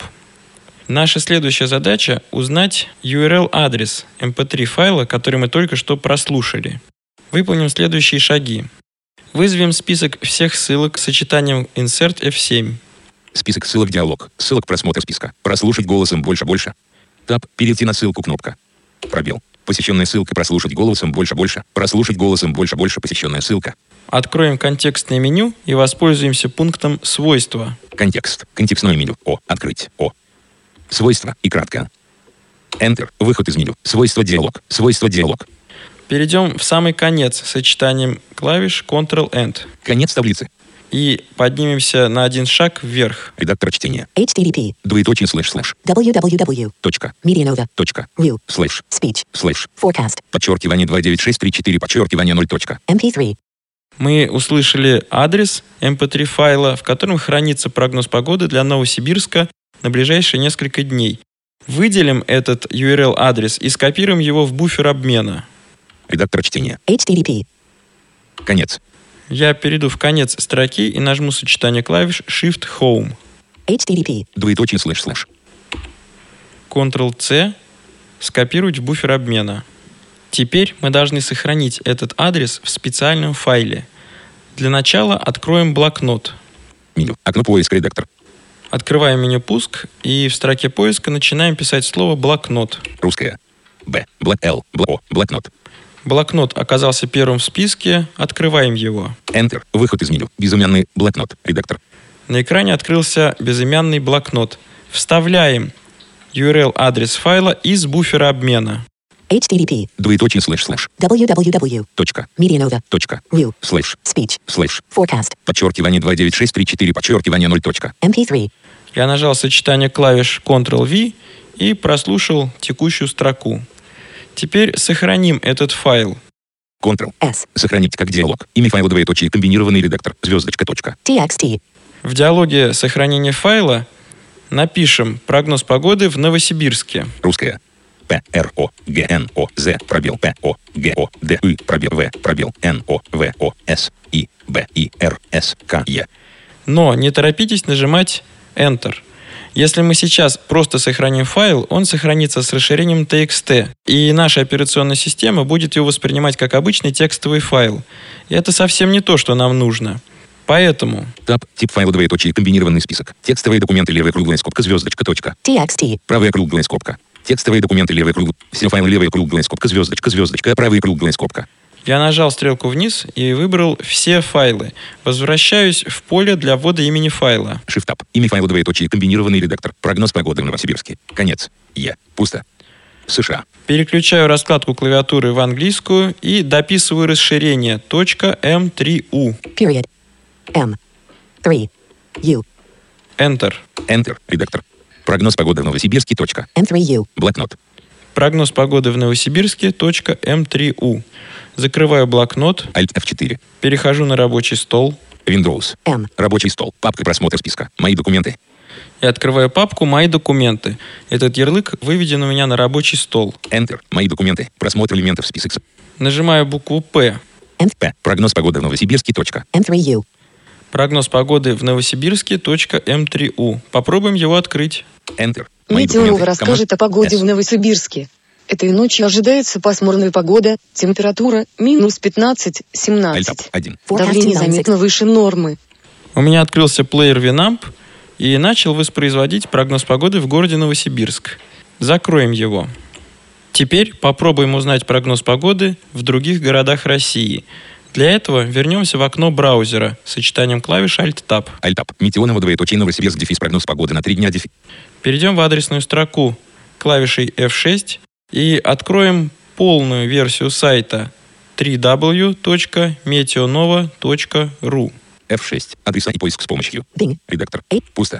Наша следующая задача – узнать ю ар эл-адрес эм пэ три файла, который мы только что прослушали. Выполним следующие шаги. Вызовем список всех ссылок с сочетанием insert эф семь. Список ссылок диалог. Ссылок просмотр списка. Прослушать голосом больше-больше. Таб. Перейти на ссылку кнопка. Пробел. Посещенная ссылка. Прослушать голосом больше-больше. Прослушать голосом больше-больше. Посещенная ссылка. Откроем контекстное меню и воспользуемся пунктом «Свойства». Контекст. Контекстное меню. О. Открыть. О. Свойства. И кратко. Enter. Выход из меню. Свойства диалог. Свойства диалог. Перейдем в самый конец с сочетанием клавиш контрол-End. Конец таблицы. И поднимемся на один шаг вверх. Редактор чтения. эйч ти ти пи. Двоеточие слэш слэш. дабл ю дабл ю дабл ю. Точка. Medianova. Точка. Real. Слэш. Speech. Слэш. Forecast. Подчеркивание два девять шесть три четыре. Подчеркивание ноль. Точка. эм пи три. Мы услышали адрес эм пэ три файла, в котором хранится прогноз погоды для Новосибирска на ближайшие несколько дней. Выделим этот ю ар эл-адрес и скопируем его в буфер обмена. Редактор чтения. эйч ти ти пи. Конец. Я перейду в конец строки и нажму сочетание клавиш Shift Home. эйч ти ти пи. Двоеточие слэш слэш. контрол-C. Скопировать в буфер обмена. Теперь мы должны сохранить этот адрес в специальном файле. Для начала откроем блокнот. Меню. Окно поиска. Редактор. Открываем меню «Пуск» и в строке поиска начинаем писать слово «блокнот». Русское. Б. Блок Л. Бло. Блокнот. Блокнот оказался первым в списке. Открываем его. Enter. Выход из меню. Безымянный блокнот. Редактор. На экране открылся безымянный блокнот. Вставляем ю ар эл-адрес файла из буфера обмена. эйч ти ти пи. Двоеточие слэш слэш. дабл ю дабл ю дабл ю. Точка. Medianova. Точка. Real. Слэш. Speech. Слэш. Forecast. Подчеркивание два девять шесть три четыре. Подчеркивание ноль. Точка. эм пи три. Я нажал сочетание клавиш контрол-V и прослушал текущую строку. Теперь сохраним этот файл. Ctrl-S. Сохранить как диалог. Имя файла двоеточие. Комбинированный редактор. Звездочка. Точка. ти экс ти. В диалоге сохранения файла напишем прогноз погоды в Новосибирске. Русское. П, Р, О, Г, Н, О, З, пробел, П, О, Г, О, Д, И, пробел, В, пробел, Н, О, В, О, С, И, Б, И, Р, С, К, Е. Но не торопитесь нажимать Enter. Если мы сейчас просто сохраним файл, он сохранится с расширением ти экс ти, и наша операционная система будет его воспринимать как обычный текстовый файл. И это совсем не то, что нам нужно. Поэтому... Таб. Тип файла двоеточие. Комбинированный список. Текстовые документы. Левая круглая скобка. Звездочка. Точка. ти экс ти. Правая круглая скобка. Текстовые документы. Левая круглая. Все файлы. Левая круглая скобка. Звездочка. Звездочка. Правая круглая скобка. Я нажал стрелку вниз и выбрал все файлы. Возвращаюсь в поле для ввода имени файла. Shift-Tab. Имя файла двоеточие. Комбинированный редактор. Прогноз погоды в Новосибирске. Конец. Е. Пусто. США. Переключаю раскладку клавиатуры в английскую и дописываю расширение эм три ю. Period. эм три ю. Enter. Enter. Редактор. Прогноз погоды в Новосибирске. Точка. эм три ю. Блокнот. Прогноз погоды в Новосибирске. эм три ю. Закрываю блокнот. Alt эф четыре. Перехожу на рабочий стол. Windows. M. Рабочий стол. Папка просмотр списка. Мои документы. И открываю папку «Мои документы». Этот ярлык выведен у меня на рабочий стол. Enter. Мои документы. Просмотр элементов список. Нажимаю букву «П». П. Прогноз погоды в Новосибирске. Точка. эм три ю. Прогноз погоды в Новосибирске. эм три ю. Попробуем его открыть. Enter. Метеоролог расскажет о погоде в Новосибирске. Этой ночью ожидается пасмурная погода, температура минус пятнадцать - семнадцать. один. Давление заметно выше нормы. У меня открылся плеер Winamp. и начал воспроизводить прогноз погоды в городе Новосибирск. Закроем его. Теперь попробуем узнать прогноз погоды в других городах России. Для этого вернемся в окно браузера с сочетанием клавиш Alt-Tab. Alt-Tab. Метеоново, двоеточие, Новосибирск, дефис, прогноз погоды на три дня, дефис. Перейдем в адресную строку клавишей эф шесть и откроем полную версию сайта дабл ю дабл ю дабл ю точка метеонова точка ру. эф шесть. Адреса и поиск с помощью. Bing. Редактор. Eight. Пусто.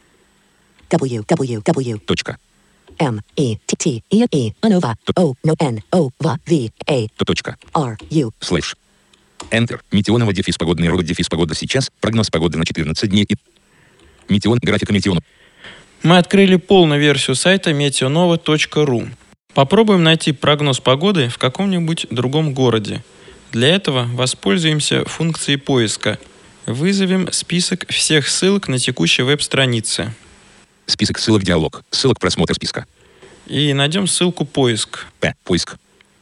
www. Точка. M E T T E E Anova O No N O V V A Точка. R U Слэш. Enter. Метеоново, дефис, погодный робот, дефис, погода сейчас. Прогноз погоды на четырнадцать дней. И... Метеон. Графика метеона. Мы открыли полную версию сайта метеонова точка ру. Попробуем найти прогноз погоды в каком-нибудь другом городе. Для этого воспользуемся функцией поиска. Вызовем список всех ссылок на текущей веб-странице. Список ссылок, диалог. Ссылок, просмотр списка. И найдем ссылку «Поиск». П. Поиск.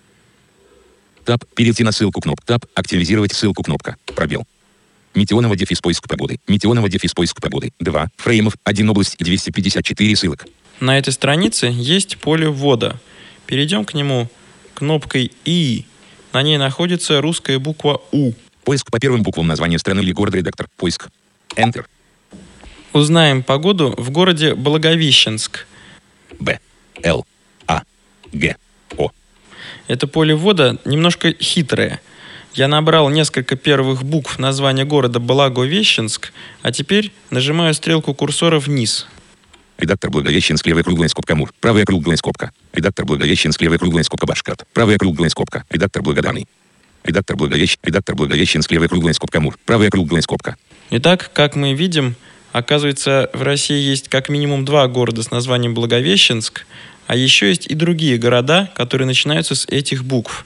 Таб. Перейти на ссылку, кнопка. Таб. Активизировать ссылку, кнопка. Пробел. Метеоново, дефис, поиск погоды. Метеоново, дефис, поиск погоды. два. Фреймов. один область. двести пятьдесят четыре ссылок. На этой странице есть поле ввода. Перейдем к нему кнопкой «И». На ней находится русская буква «У». Поиск по первым буквам названия страны или города. Редактор. Поиск. Enter. Узнаем погоду в городе Благовещенск. Б. Л. А. Г. О. Это поле ввода немножко хитрое. Я набрал несколько первых букв названия города Благовещенск, а теперь нажимаю стрелку курсора вниз. Редактор Благовещенск, левая круглая скобка Мур, правая круглая скобка. Редактор Благовещенск, левая круглая скобка Башкирт, правая круглая скобка. Редактор Благодарный. Редактор Благовещенск, редактор Благовещенск, левая круглая скобка Мур, правая круглая скобка. Итак, как мы видим, оказывается, в России есть как минимум два города с названием Благовещенск, а еще есть и другие города, которые начинаются с этих букв.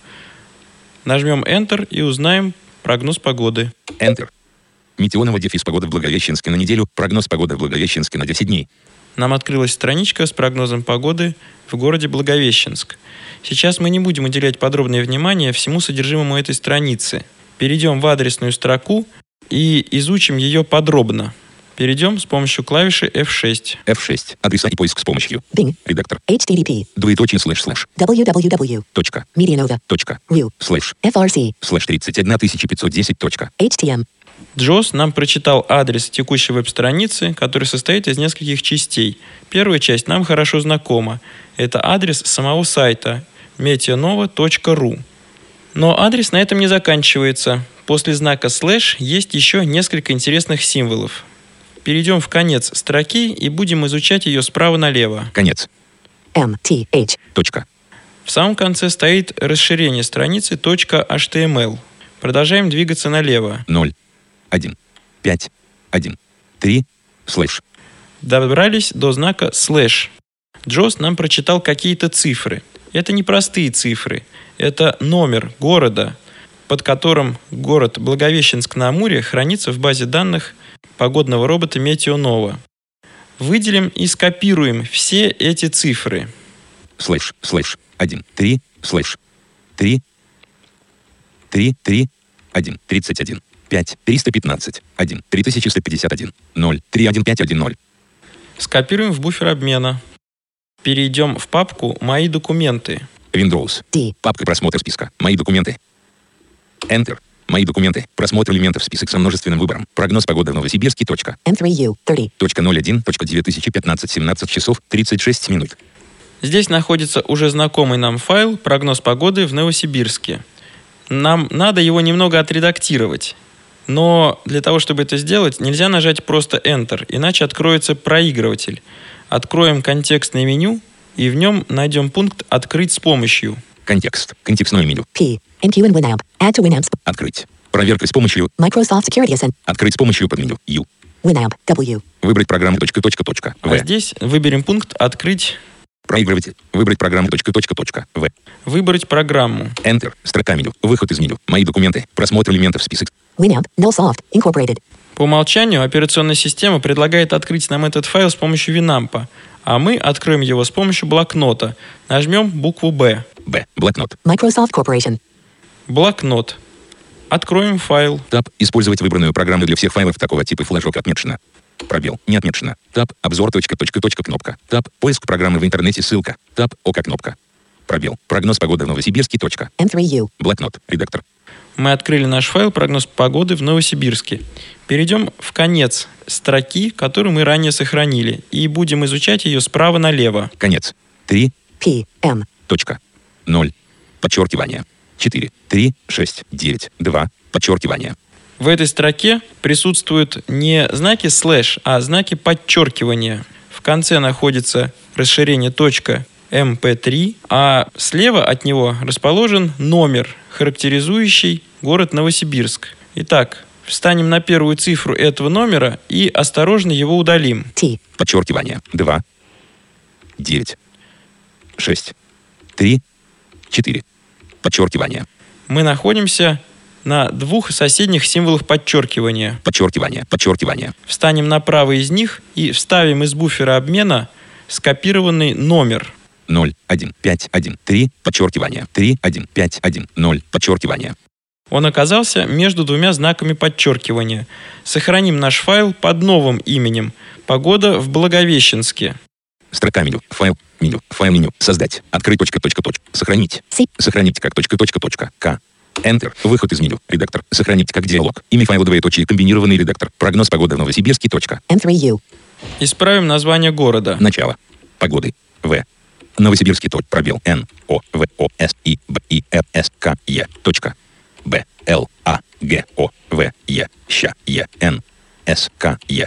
Нажмем Enter и узнаем прогноз погоды. Enter. Метеоново, дефис, погода в Благовещенске на неделю. Прогноз погоды в Благовещенске на десять дней. Нам открылась страничка с прогнозом погоды в городе Благовещенск. Сейчас мы не будем уделять подробное внимание всему содержимому этой страницы. Перейдем в адресную строку и изучим ее подробно. Перейдем с помощью клавиши эф шесть. эф шесть. Адреса и поиск с помощью. Bing. Редактор. H T T P Двоеточие слэш слэш. www. Точка. Medianova. Точка. Ru. Слэш. F R C Слэш тридцать один тысяча пятьсот десять. Точка. H T M Джос нам прочитал адрес текущей веб-страницы, который состоит из нескольких частей. Первая часть нам хорошо знакома. Это адрес самого сайта метеонова точка ру. Но адрес на этом не заканчивается. После знака слэш есть еще несколько интересных символов. Перейдем в конец строки и будем изучать ее справа налево. Конец. M T H Точка. В самом конце стоит расширение страницы .html. Продолжаем двигаться налево. ноль. один. пять. один. три. Слэш. Добрались до знака слэш. Джос нам прочитал какие-то цифры. Это не простые цифры. Это номер города, под которым город Благовещенск-на-Амуре хранится в базе данных погодного робота Метеонова. Выделим и скопируем все эти цифры. Слэш. Слэш. один. три. Слэш. три. три. три. один. тридцать один. пять. триста пятнадцать. один. три тысячи сто пятьдесят один. ноль. три один пять один ноль. Скопируем в буфер обмена. Перейдем в папку «Мои документы». Windows. D. Папка просмотр списка. Мои документы. Enter. Мои документы. Просмотр элементов список со множественным выбором. Прогноз погоды в Новосибирске. Точка. M three U thirty Точка ноль один. Точка две тысячи пятнадцать. семнадцать часов тридцать шесть минут. Здесь находится уже знакомый нам файл «Прогноз погоды в Новосибирске». Нам надо его немного отредактировать. Но для того, чтобы это сделать, нельзя нажать просто Enter, иначе откроется проигрыватель. Откроем контекстное меню и в нем найдем пункт «Открыть с помощью». Контекст. Контекстное меню. P M Q and Winamp. Add to Winamp. Открыть. Проверка с помощью. Microsoft Security Ascent. Открыть с помощью подменю. U. Winamp. W. Выбрать программу. Точка, точка, точка. А В. здесь выберем пункт «Открыть». Проигрыватель. Выбрать программу. Точка, точка, точка. В. Выбрать программу. Enter. Строка меню. Выход из меню. Мои документы. Просмотр элементов список. Winamp. Nullsoft. Incorporated. По умолчанию операционная система предлагает открыть нам этот файл с помощью Winamp, а мы откроем его с помощью блокнота. Нажмем букву «Б». Б. Блокнот. Microsoft Corporation. Блокнот. Откроем файл. Таб. Использовать выбранную программу для всех файлов такого типа флажок отмечено. Пробел. Не отмечено. Таб. Обзор. Точка, точка, точка, кнопка. Таб. Поиск программы в интернете. Ссылка. Таб. ОК кнопка. Пробел. Прогноз погоды в Новосибирске. Точка. эм три ю. Блокнот. Редактор. Мы открыли наш файл «Прогноз погоды в Новосибирске». Перейдем в конец строки, которую мы ранее сохранили, и будем изучать ее справа налево. Конец. три. пи эм. Точка. ноль. Подчеркивание. четыре. три. шесть. девять. два. Подчеркивание. В этой строке присутствуют не знаки слэш, а знаки подчеркивания. В конце находится расширение точка эм пэ три, а слева от него расположен номер, характеризующий город Новосибирск. Итак, встанем на первую цифру этого номера и осторожно его удалим. T. Подчеркивание. два. девять. шесть. три. четыре. Подчеркивание. Мы находимся на двух соседних символах подчеркивания. Подчеркивание. Подчеркивание. Встанем на правый из них и вставим из буфера обмена скопированный номер. ноль. один. пять. один. три. Подчеркивание. три. один. пять. один. ноль. Подчеркивание. Он оказался между двумя знаками подчеркивания. Сохраним наш файл под новым именем «Погода в Благовещенске». Строка меню. Файл. Меню. Файл меню. Создать. Открыть. Точка, точка, точка. Сохранить. Си. Сохранить как точка, точка, точка. К. Enter. Выход из меню. Редактор. Сохранить как диалог. Имя файла двоеточие. Комбинированный редактор. Прогноз погоды в Новосибирске. Точка. эм три ю. Исправим название города. Начало. Погоды. В. Новосибирский. Точка. Пробел. Н. О. В. О. С. И. Б. И. Р. С. К. Е. Точка. Б. Л. А. Г. О. В. Е. Щ. Е. Н. С. К. Е.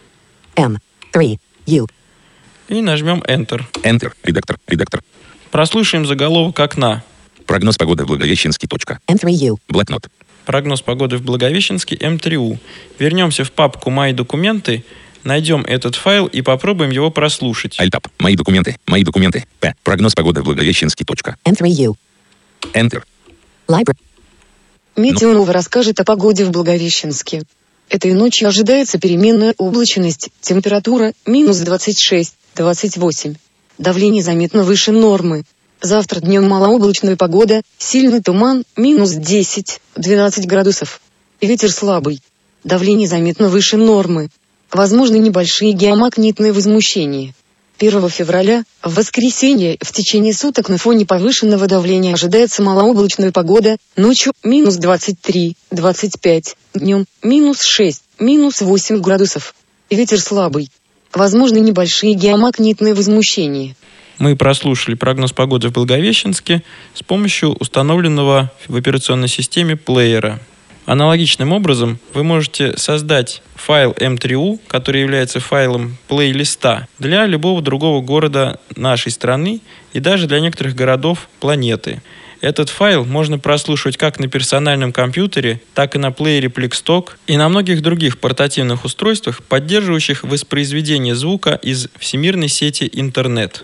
эм три ю. И нажмем Enter. Enter. Редактор. Редактор. Прослушаем заголовок окна. Прогноз погоды в Благовещенске. Точка. эм три ю. Блокнот. Прогноз погоды в Благовещенске эм три ю. Вернемся в папку «Мои документы», найдем этот файл и попробуем его прослушать. Альтап. Мои документы. Мои документы. П. Прогноз погоды в Благовещенске. Точка. эм три ю. Enter. Library. Метеонова расскажет о погоде в Благовещенске. Этой ночью ожидается переменная облачность, температура минус двадцать шесть - двадцать восемь. Давление заметно выше нормы. Завтра днем малооблачная погода, сильный туман, минус десять - двенадцать градусов. Ветер слабый. Давление заметно выше нормы. Возможны небольшие геомагнитные возмущения. первого февраля, в воскресенье, в течение суток на фоне повышенного давления ожидается малооблачная погода, ночью минус двадцать три - двадцать пять, днем минус шесть - минус восемь градусов. Ветер слабый. Возможны небольшие геомагнитные возмущения. Мы прослушали прогноз погоды в Благовещенске с помощью установленного в операционной системе плеера. Аналогичным образом вы можете создать файл эм три ю, который является файлом плейлиста для любого другого города нашей страны и даже для некоторых городов планеты. Этот файл можно прослушивать как на персональном компьютере, так и на плеере Plextalk и на многих других портативных устройствах, поддерживающих воспроизведение звука из всемирной сети интернет.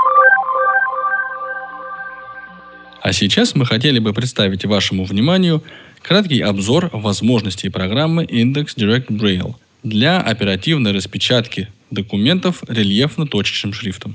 А сейчас мы хотели бы представить вашему вниманию краткий обзор возможностей программы Index Direct Braille для оперативной распечатки документов рельефно-точечным шрифтом.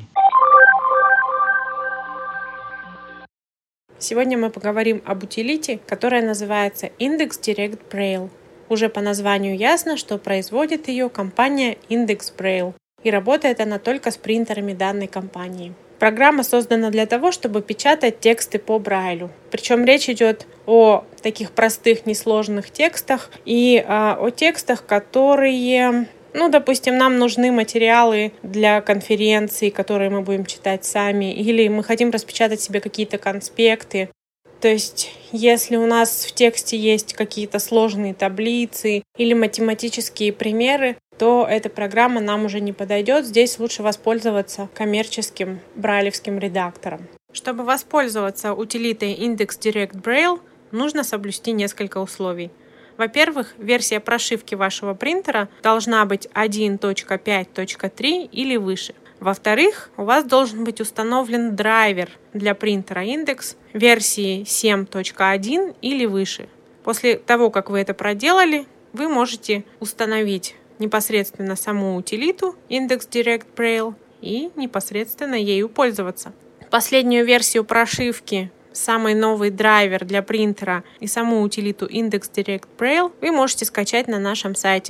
Сегодня мы поговорим об утилите, которая называется Index Direct Braille. Уже по названию ясно, что производит ее компания Index Braille, и работает она только с принтерами данной компании. Программа создана для того, чтобы печатать тексты по Брайлю. Причем речь идет о таких простых, несложных текстах и а, о текстах, которые, ну, допустим, нам нужны материалы для конференции, которые мы будем читать сами, или мы хотим распечатать себе какие-то конспекты. То есть, если у нас в тексте есть какие-то сложные таблицы или математические примеры, то эта программа нам уже не подойдет. Здесь лучше воспользоваться коммерческим брайлевским редактором. Чтобы воспользоваться утилитой Index Direct Braille, нужно соблюсти несколько условий. Во-первых, версия прошивки вашего принтера должна быть один точка пять точка три или выше. Во-вторых, у вас должен быть установлен драйвер для принтера Index версии семь точка один или выше. После того, как вы это проделали, вы можете установить непосредственно саму утилиту Index Direct Braille и непосредственно ею пользоваться. Последнюю версию прошивки, самый новый драйвер для принтера и саму утилиту Index Direct Braille вы можете скачать на нашем сайте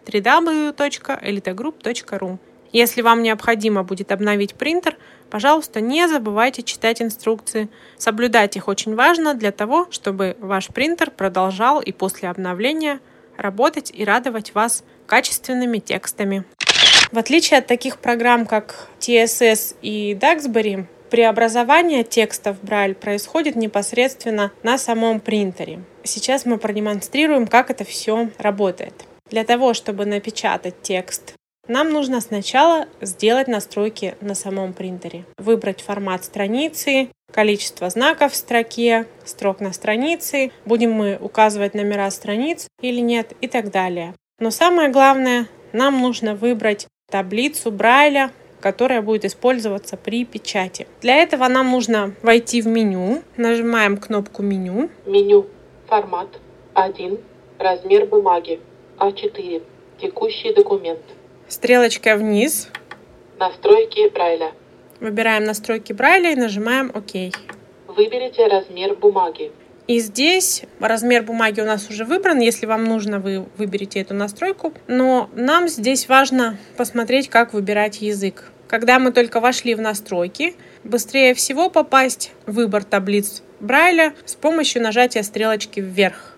дабл ю дабл ю дабл ю точка элитагрупп точка ру. Если вам необходимо будет обновить принтер, пожалуйста, не забывайте читать инструкции. Соблюдать их очень важно для того, чтобы ваш принтер продолжал и после обновления работать и радовать вас качественными текстами. В отличие от таких программ, как ти эс эс и Duxbury, преобразование текста в Braille происходит непосредственно на самом принтере. Сейчас мы продемонстрируем, как это все работает. Для того, чтобы напечатать текст, нам нужно сначала сделать настройки на самом принтере. Выбрать формат страницы, количество знаков в строке, строк на странице, будем мы указывать номера страниц или нет и так далее. Но самое главное, нам нужно выбрать таблицу Брайля, которая будет использоваться при печати. Для этого нам нужно войти в меню, нажимаем кнопку «Меню». Меню. Формат. один. Размер бумаги. а четыре. Текущий документ. Стрелочкой вниз. Настройки Брайля. Выбираем настройки Брайля и нажимаем ОК. Выберите размер бумаги. И здесь размер бумаги у нас уже выбран. Если вам нужно, вы выберете эту настройку. Но нам здесь важно посмотреть, как выбирать язык. Когда мы только вошли в настройки, быстрее всего попасть в выбор таблиц Брайля с помощью нажатия стрелочки вверх.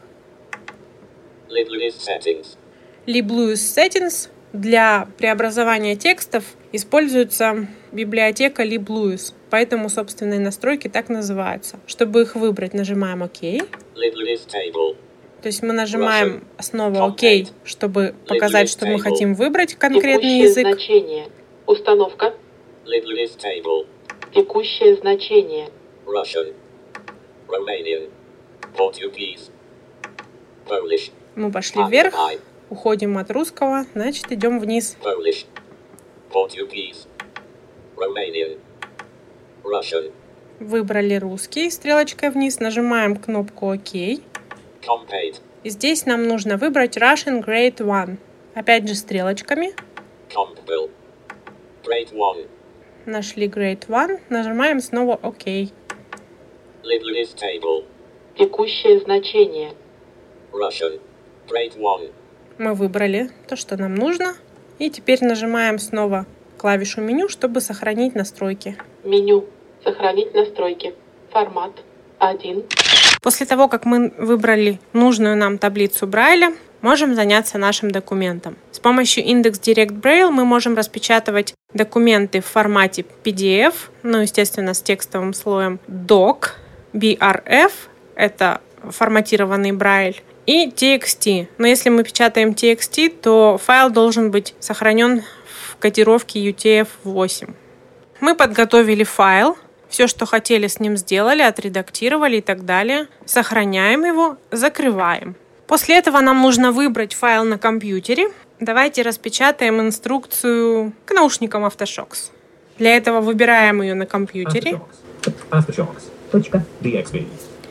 Liblues Settings. Для преобразования текстов используется библиотека Liblues, поэтому собственные настройки так называются. Чтобы их выбрать, нажимаем ОК. То есть мы нажимаем снова ОК, чтобы показать, что мы хотим выбрать конкретный язык. Значение. Установка. Текущее значение. Russian, Romanian, Portuguese, Polish. Мы пошли вверх. Уходим от русского, значит, идем вниз. Polish, Portuguese, Romanian, Russian. Выбрали русский, стрелочкой вниз, нажимаем кнопку ОК. Compate. И здесь нам нужно выбрать Russian Grade один. Опять же стрелочками. Compatible. Grade один. Нашли Grade один, нажимаем снова ОК. Liblues table. Текущее значение. Russian. Grade один. Мы выбрали то, что нам нужно. И теперь нажимаем снова клавишу меню, чтобы сохранить настройки. Меню. Сохранить настройки. Формат. один. После того, как мы выбрали нужную нам таблицу Брайля, можем заняться нашим документом. С помощью Index Direct Braille мы можем распечатывать документы в формате пи ди эф, ну, естественно, с текстовым слоем, док, би ар эф, это форматированный Брайль, и ти экс ти. Но если мы печатаем ти экс ти, то файл должен быть сохранен в кодировке ю ти эф восемь. Мы подготовили файл, все, что хотели, с ним сделали, отредактировали и так далее. Сохраняем его, закрываем. После этого нам нужно выбрать файл на компьютере. Давайте распечатаем инструкцию к наушникам Aftershocks. Для этого выбираем ее на компьютере. Aftershocks.dxb.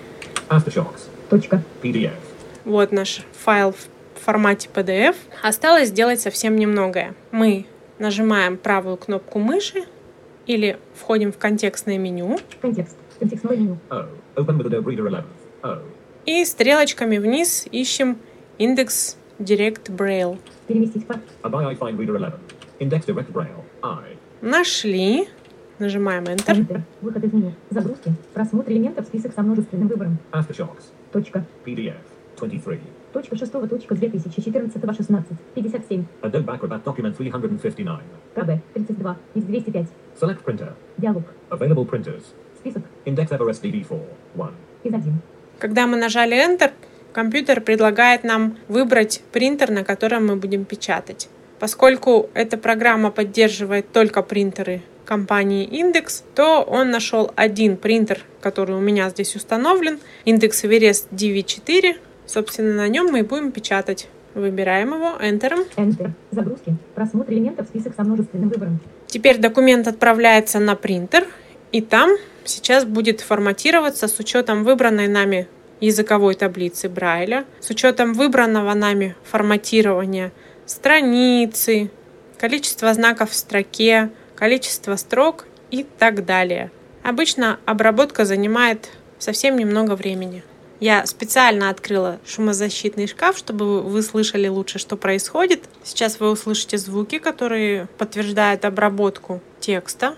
Aftershocks.pdf. Вот наш файл в формате пи ди эф. Осталось сделать совсем немногое. Мы нажимаем правую кнопку мыши или входим в контекстное меню. Контекст. Контекстное меню. Oh. Open with Adobe Reader eleven. Oh. И стрелочками вниз ищем Index Direct Braille. Переместить файл. I find Reader eleven. Index Direct Braille. I. Нашли. Нажимаем Enter. Enter. Выход из меню. Загрузки. Просмотр элементов. Список со множественным выбором. Aftershocks. Точка. пи ди эф. двадцать три. Точка шестого. Точка две тысячи четырнадцатого. шестнадцать. пятьдесят семь. Adobe Acrobat Document триста пятьдесят девять. КБ. тридцать два. Из двести пять. Select Printer. Диалог. Available Printers. Список. Index Everest ди ди четыре. один. Из один. Когда мы нажали Enter, компьютер предлагает нам выбрать принтер, на котором мы будем печатать. Поскольку эта программа поддерживает только принтеры компании Index, то он нашел один принтер, который у меня здесь установлен, Index Everest ди ви четыре. Собственно, на нем мы и будем печатать. Выбираем его, Enter. Enter. Загрузки. Просмотр элементов. Список со множественным выбором. Теперь документ отправляется на принтер, и там сейчас будет форматироваться с учетом выбранной нами языковой таблицы Брайля, с учетом выбранного нами форматирования страницы, количества знаков в строке, количество строк и так далее. Обычно обработка занимает совсем немного времени. Я специально открыла шумозащитный шкаф, чтобы вы слышали лучше, что происходит. Сейчас вы услышите звуки, которые подтверждают обработку текста.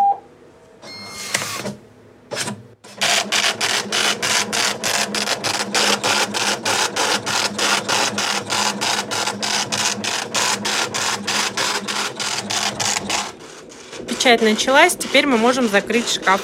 Печать началась, теперь мы можем закрыть шкаф.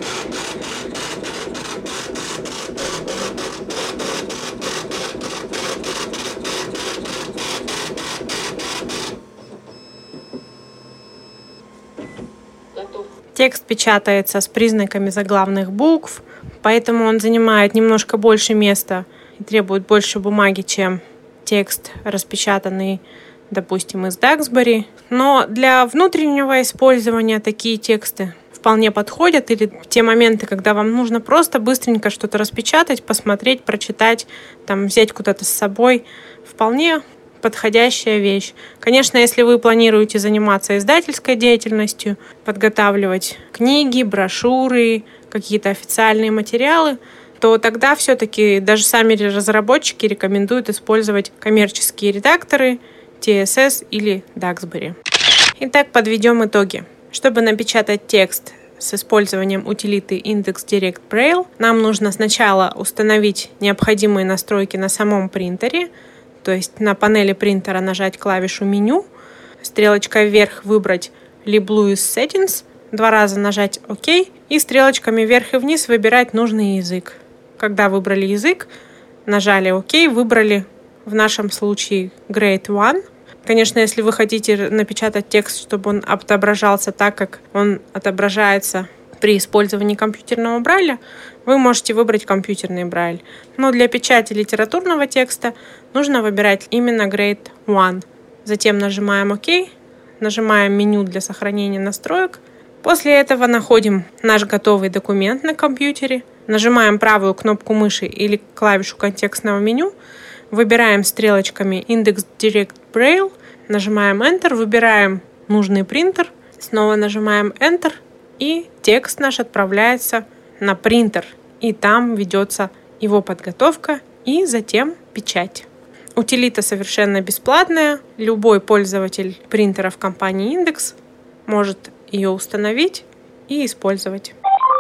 Текст печатается с признаками заглавных букв, поэтому он занимает немножко больше места и требует больше бумаги, чем текст, распечатанный, допустим, из Duxbury. Но для внутреннего использования такие тексты вполне подходят, или в те моменты, когда вам нужно просто быстренько что-то распечатать, посмотреть, прочитать, там, взять куда-то с собой, вполне подходящая вещь. Конечно, если вы планируете заниматься издательской деятельностью, подготавливать книги, брошюры, какие-то официальные материалы, то тогда все-таки даже сами разработчики рекомендуют использовать коммерческие редакторы, ти эс эс или Duxbury. Итак, подведем итоги. Чтобы напечатать текст с использованием утилиты Index Direct Braille, нам нужно сначала установить необходимые настройки на самом принтере, то есть на панели принтера нажать клавишу меню, стрелочкой вверх выбрать LibLouis Settings, два раза нажать ОК и стрелочками вверх и вниз выбирать нужный язык. Когда выбрали язык, нажали ОК, выбрали в нашем случае Grade один. Конечно, если вы хотите напечатать текст, чтобы он отображался так, как он отображается при использовании компьютерного брайля, вы можете выбрать компьютерный брайль. Но для печати литературного текста нужно выбирать именно Grade один. Затем нажимаем ОК, нажимаем меню для сохранения настроек. После этого находим наш готовый документ на компьютере, нажимаем правую кнопку мыши или клавишу контекстного меню, выбираем стрелочками Index Direct Braille, нажимаем Enter, выбираем нужный принтер, снова нажимаем Enter, и текст наш отправляется на принтер, и там ведется его подготовка и затем печать. Утилита совершенно бесплатная, любой пользователь принтеров компании Index может ее установить и использовать.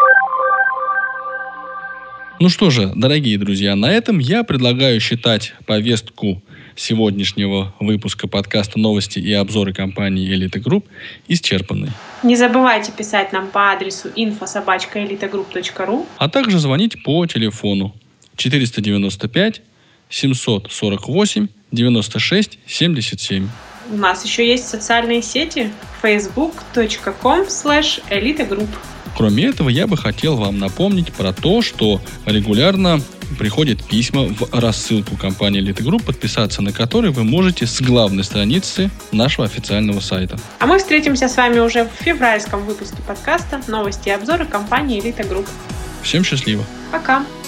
Ну что же, дорогие друзья, на этом я предлагаю считать повестку сегодняшнего выпуска подкаста «Новости и обзоры» компании Elite Group исчерпанной. Не забывайте писать нам по адресу инфо собака элитагрупп точка ру, а также звонить по телефону четыреста девяносто пять семьсот сорок восемь девяносто шесть семьдесят семь. У нас еще есть социальные сети фейсбук точка ком слэш элитагрупп. Кроме этого, я бы хотел вам напомнить про то, что регулярно приходят письма в рассылку компании Elite Group, подписаться на которые вы можете с главной страницы нашего официального сайта. А мы встретимся с вами уже в февральском выпуске подкаста «Новости и обзоры» компании Elite Group. Всем счастливо! Пока!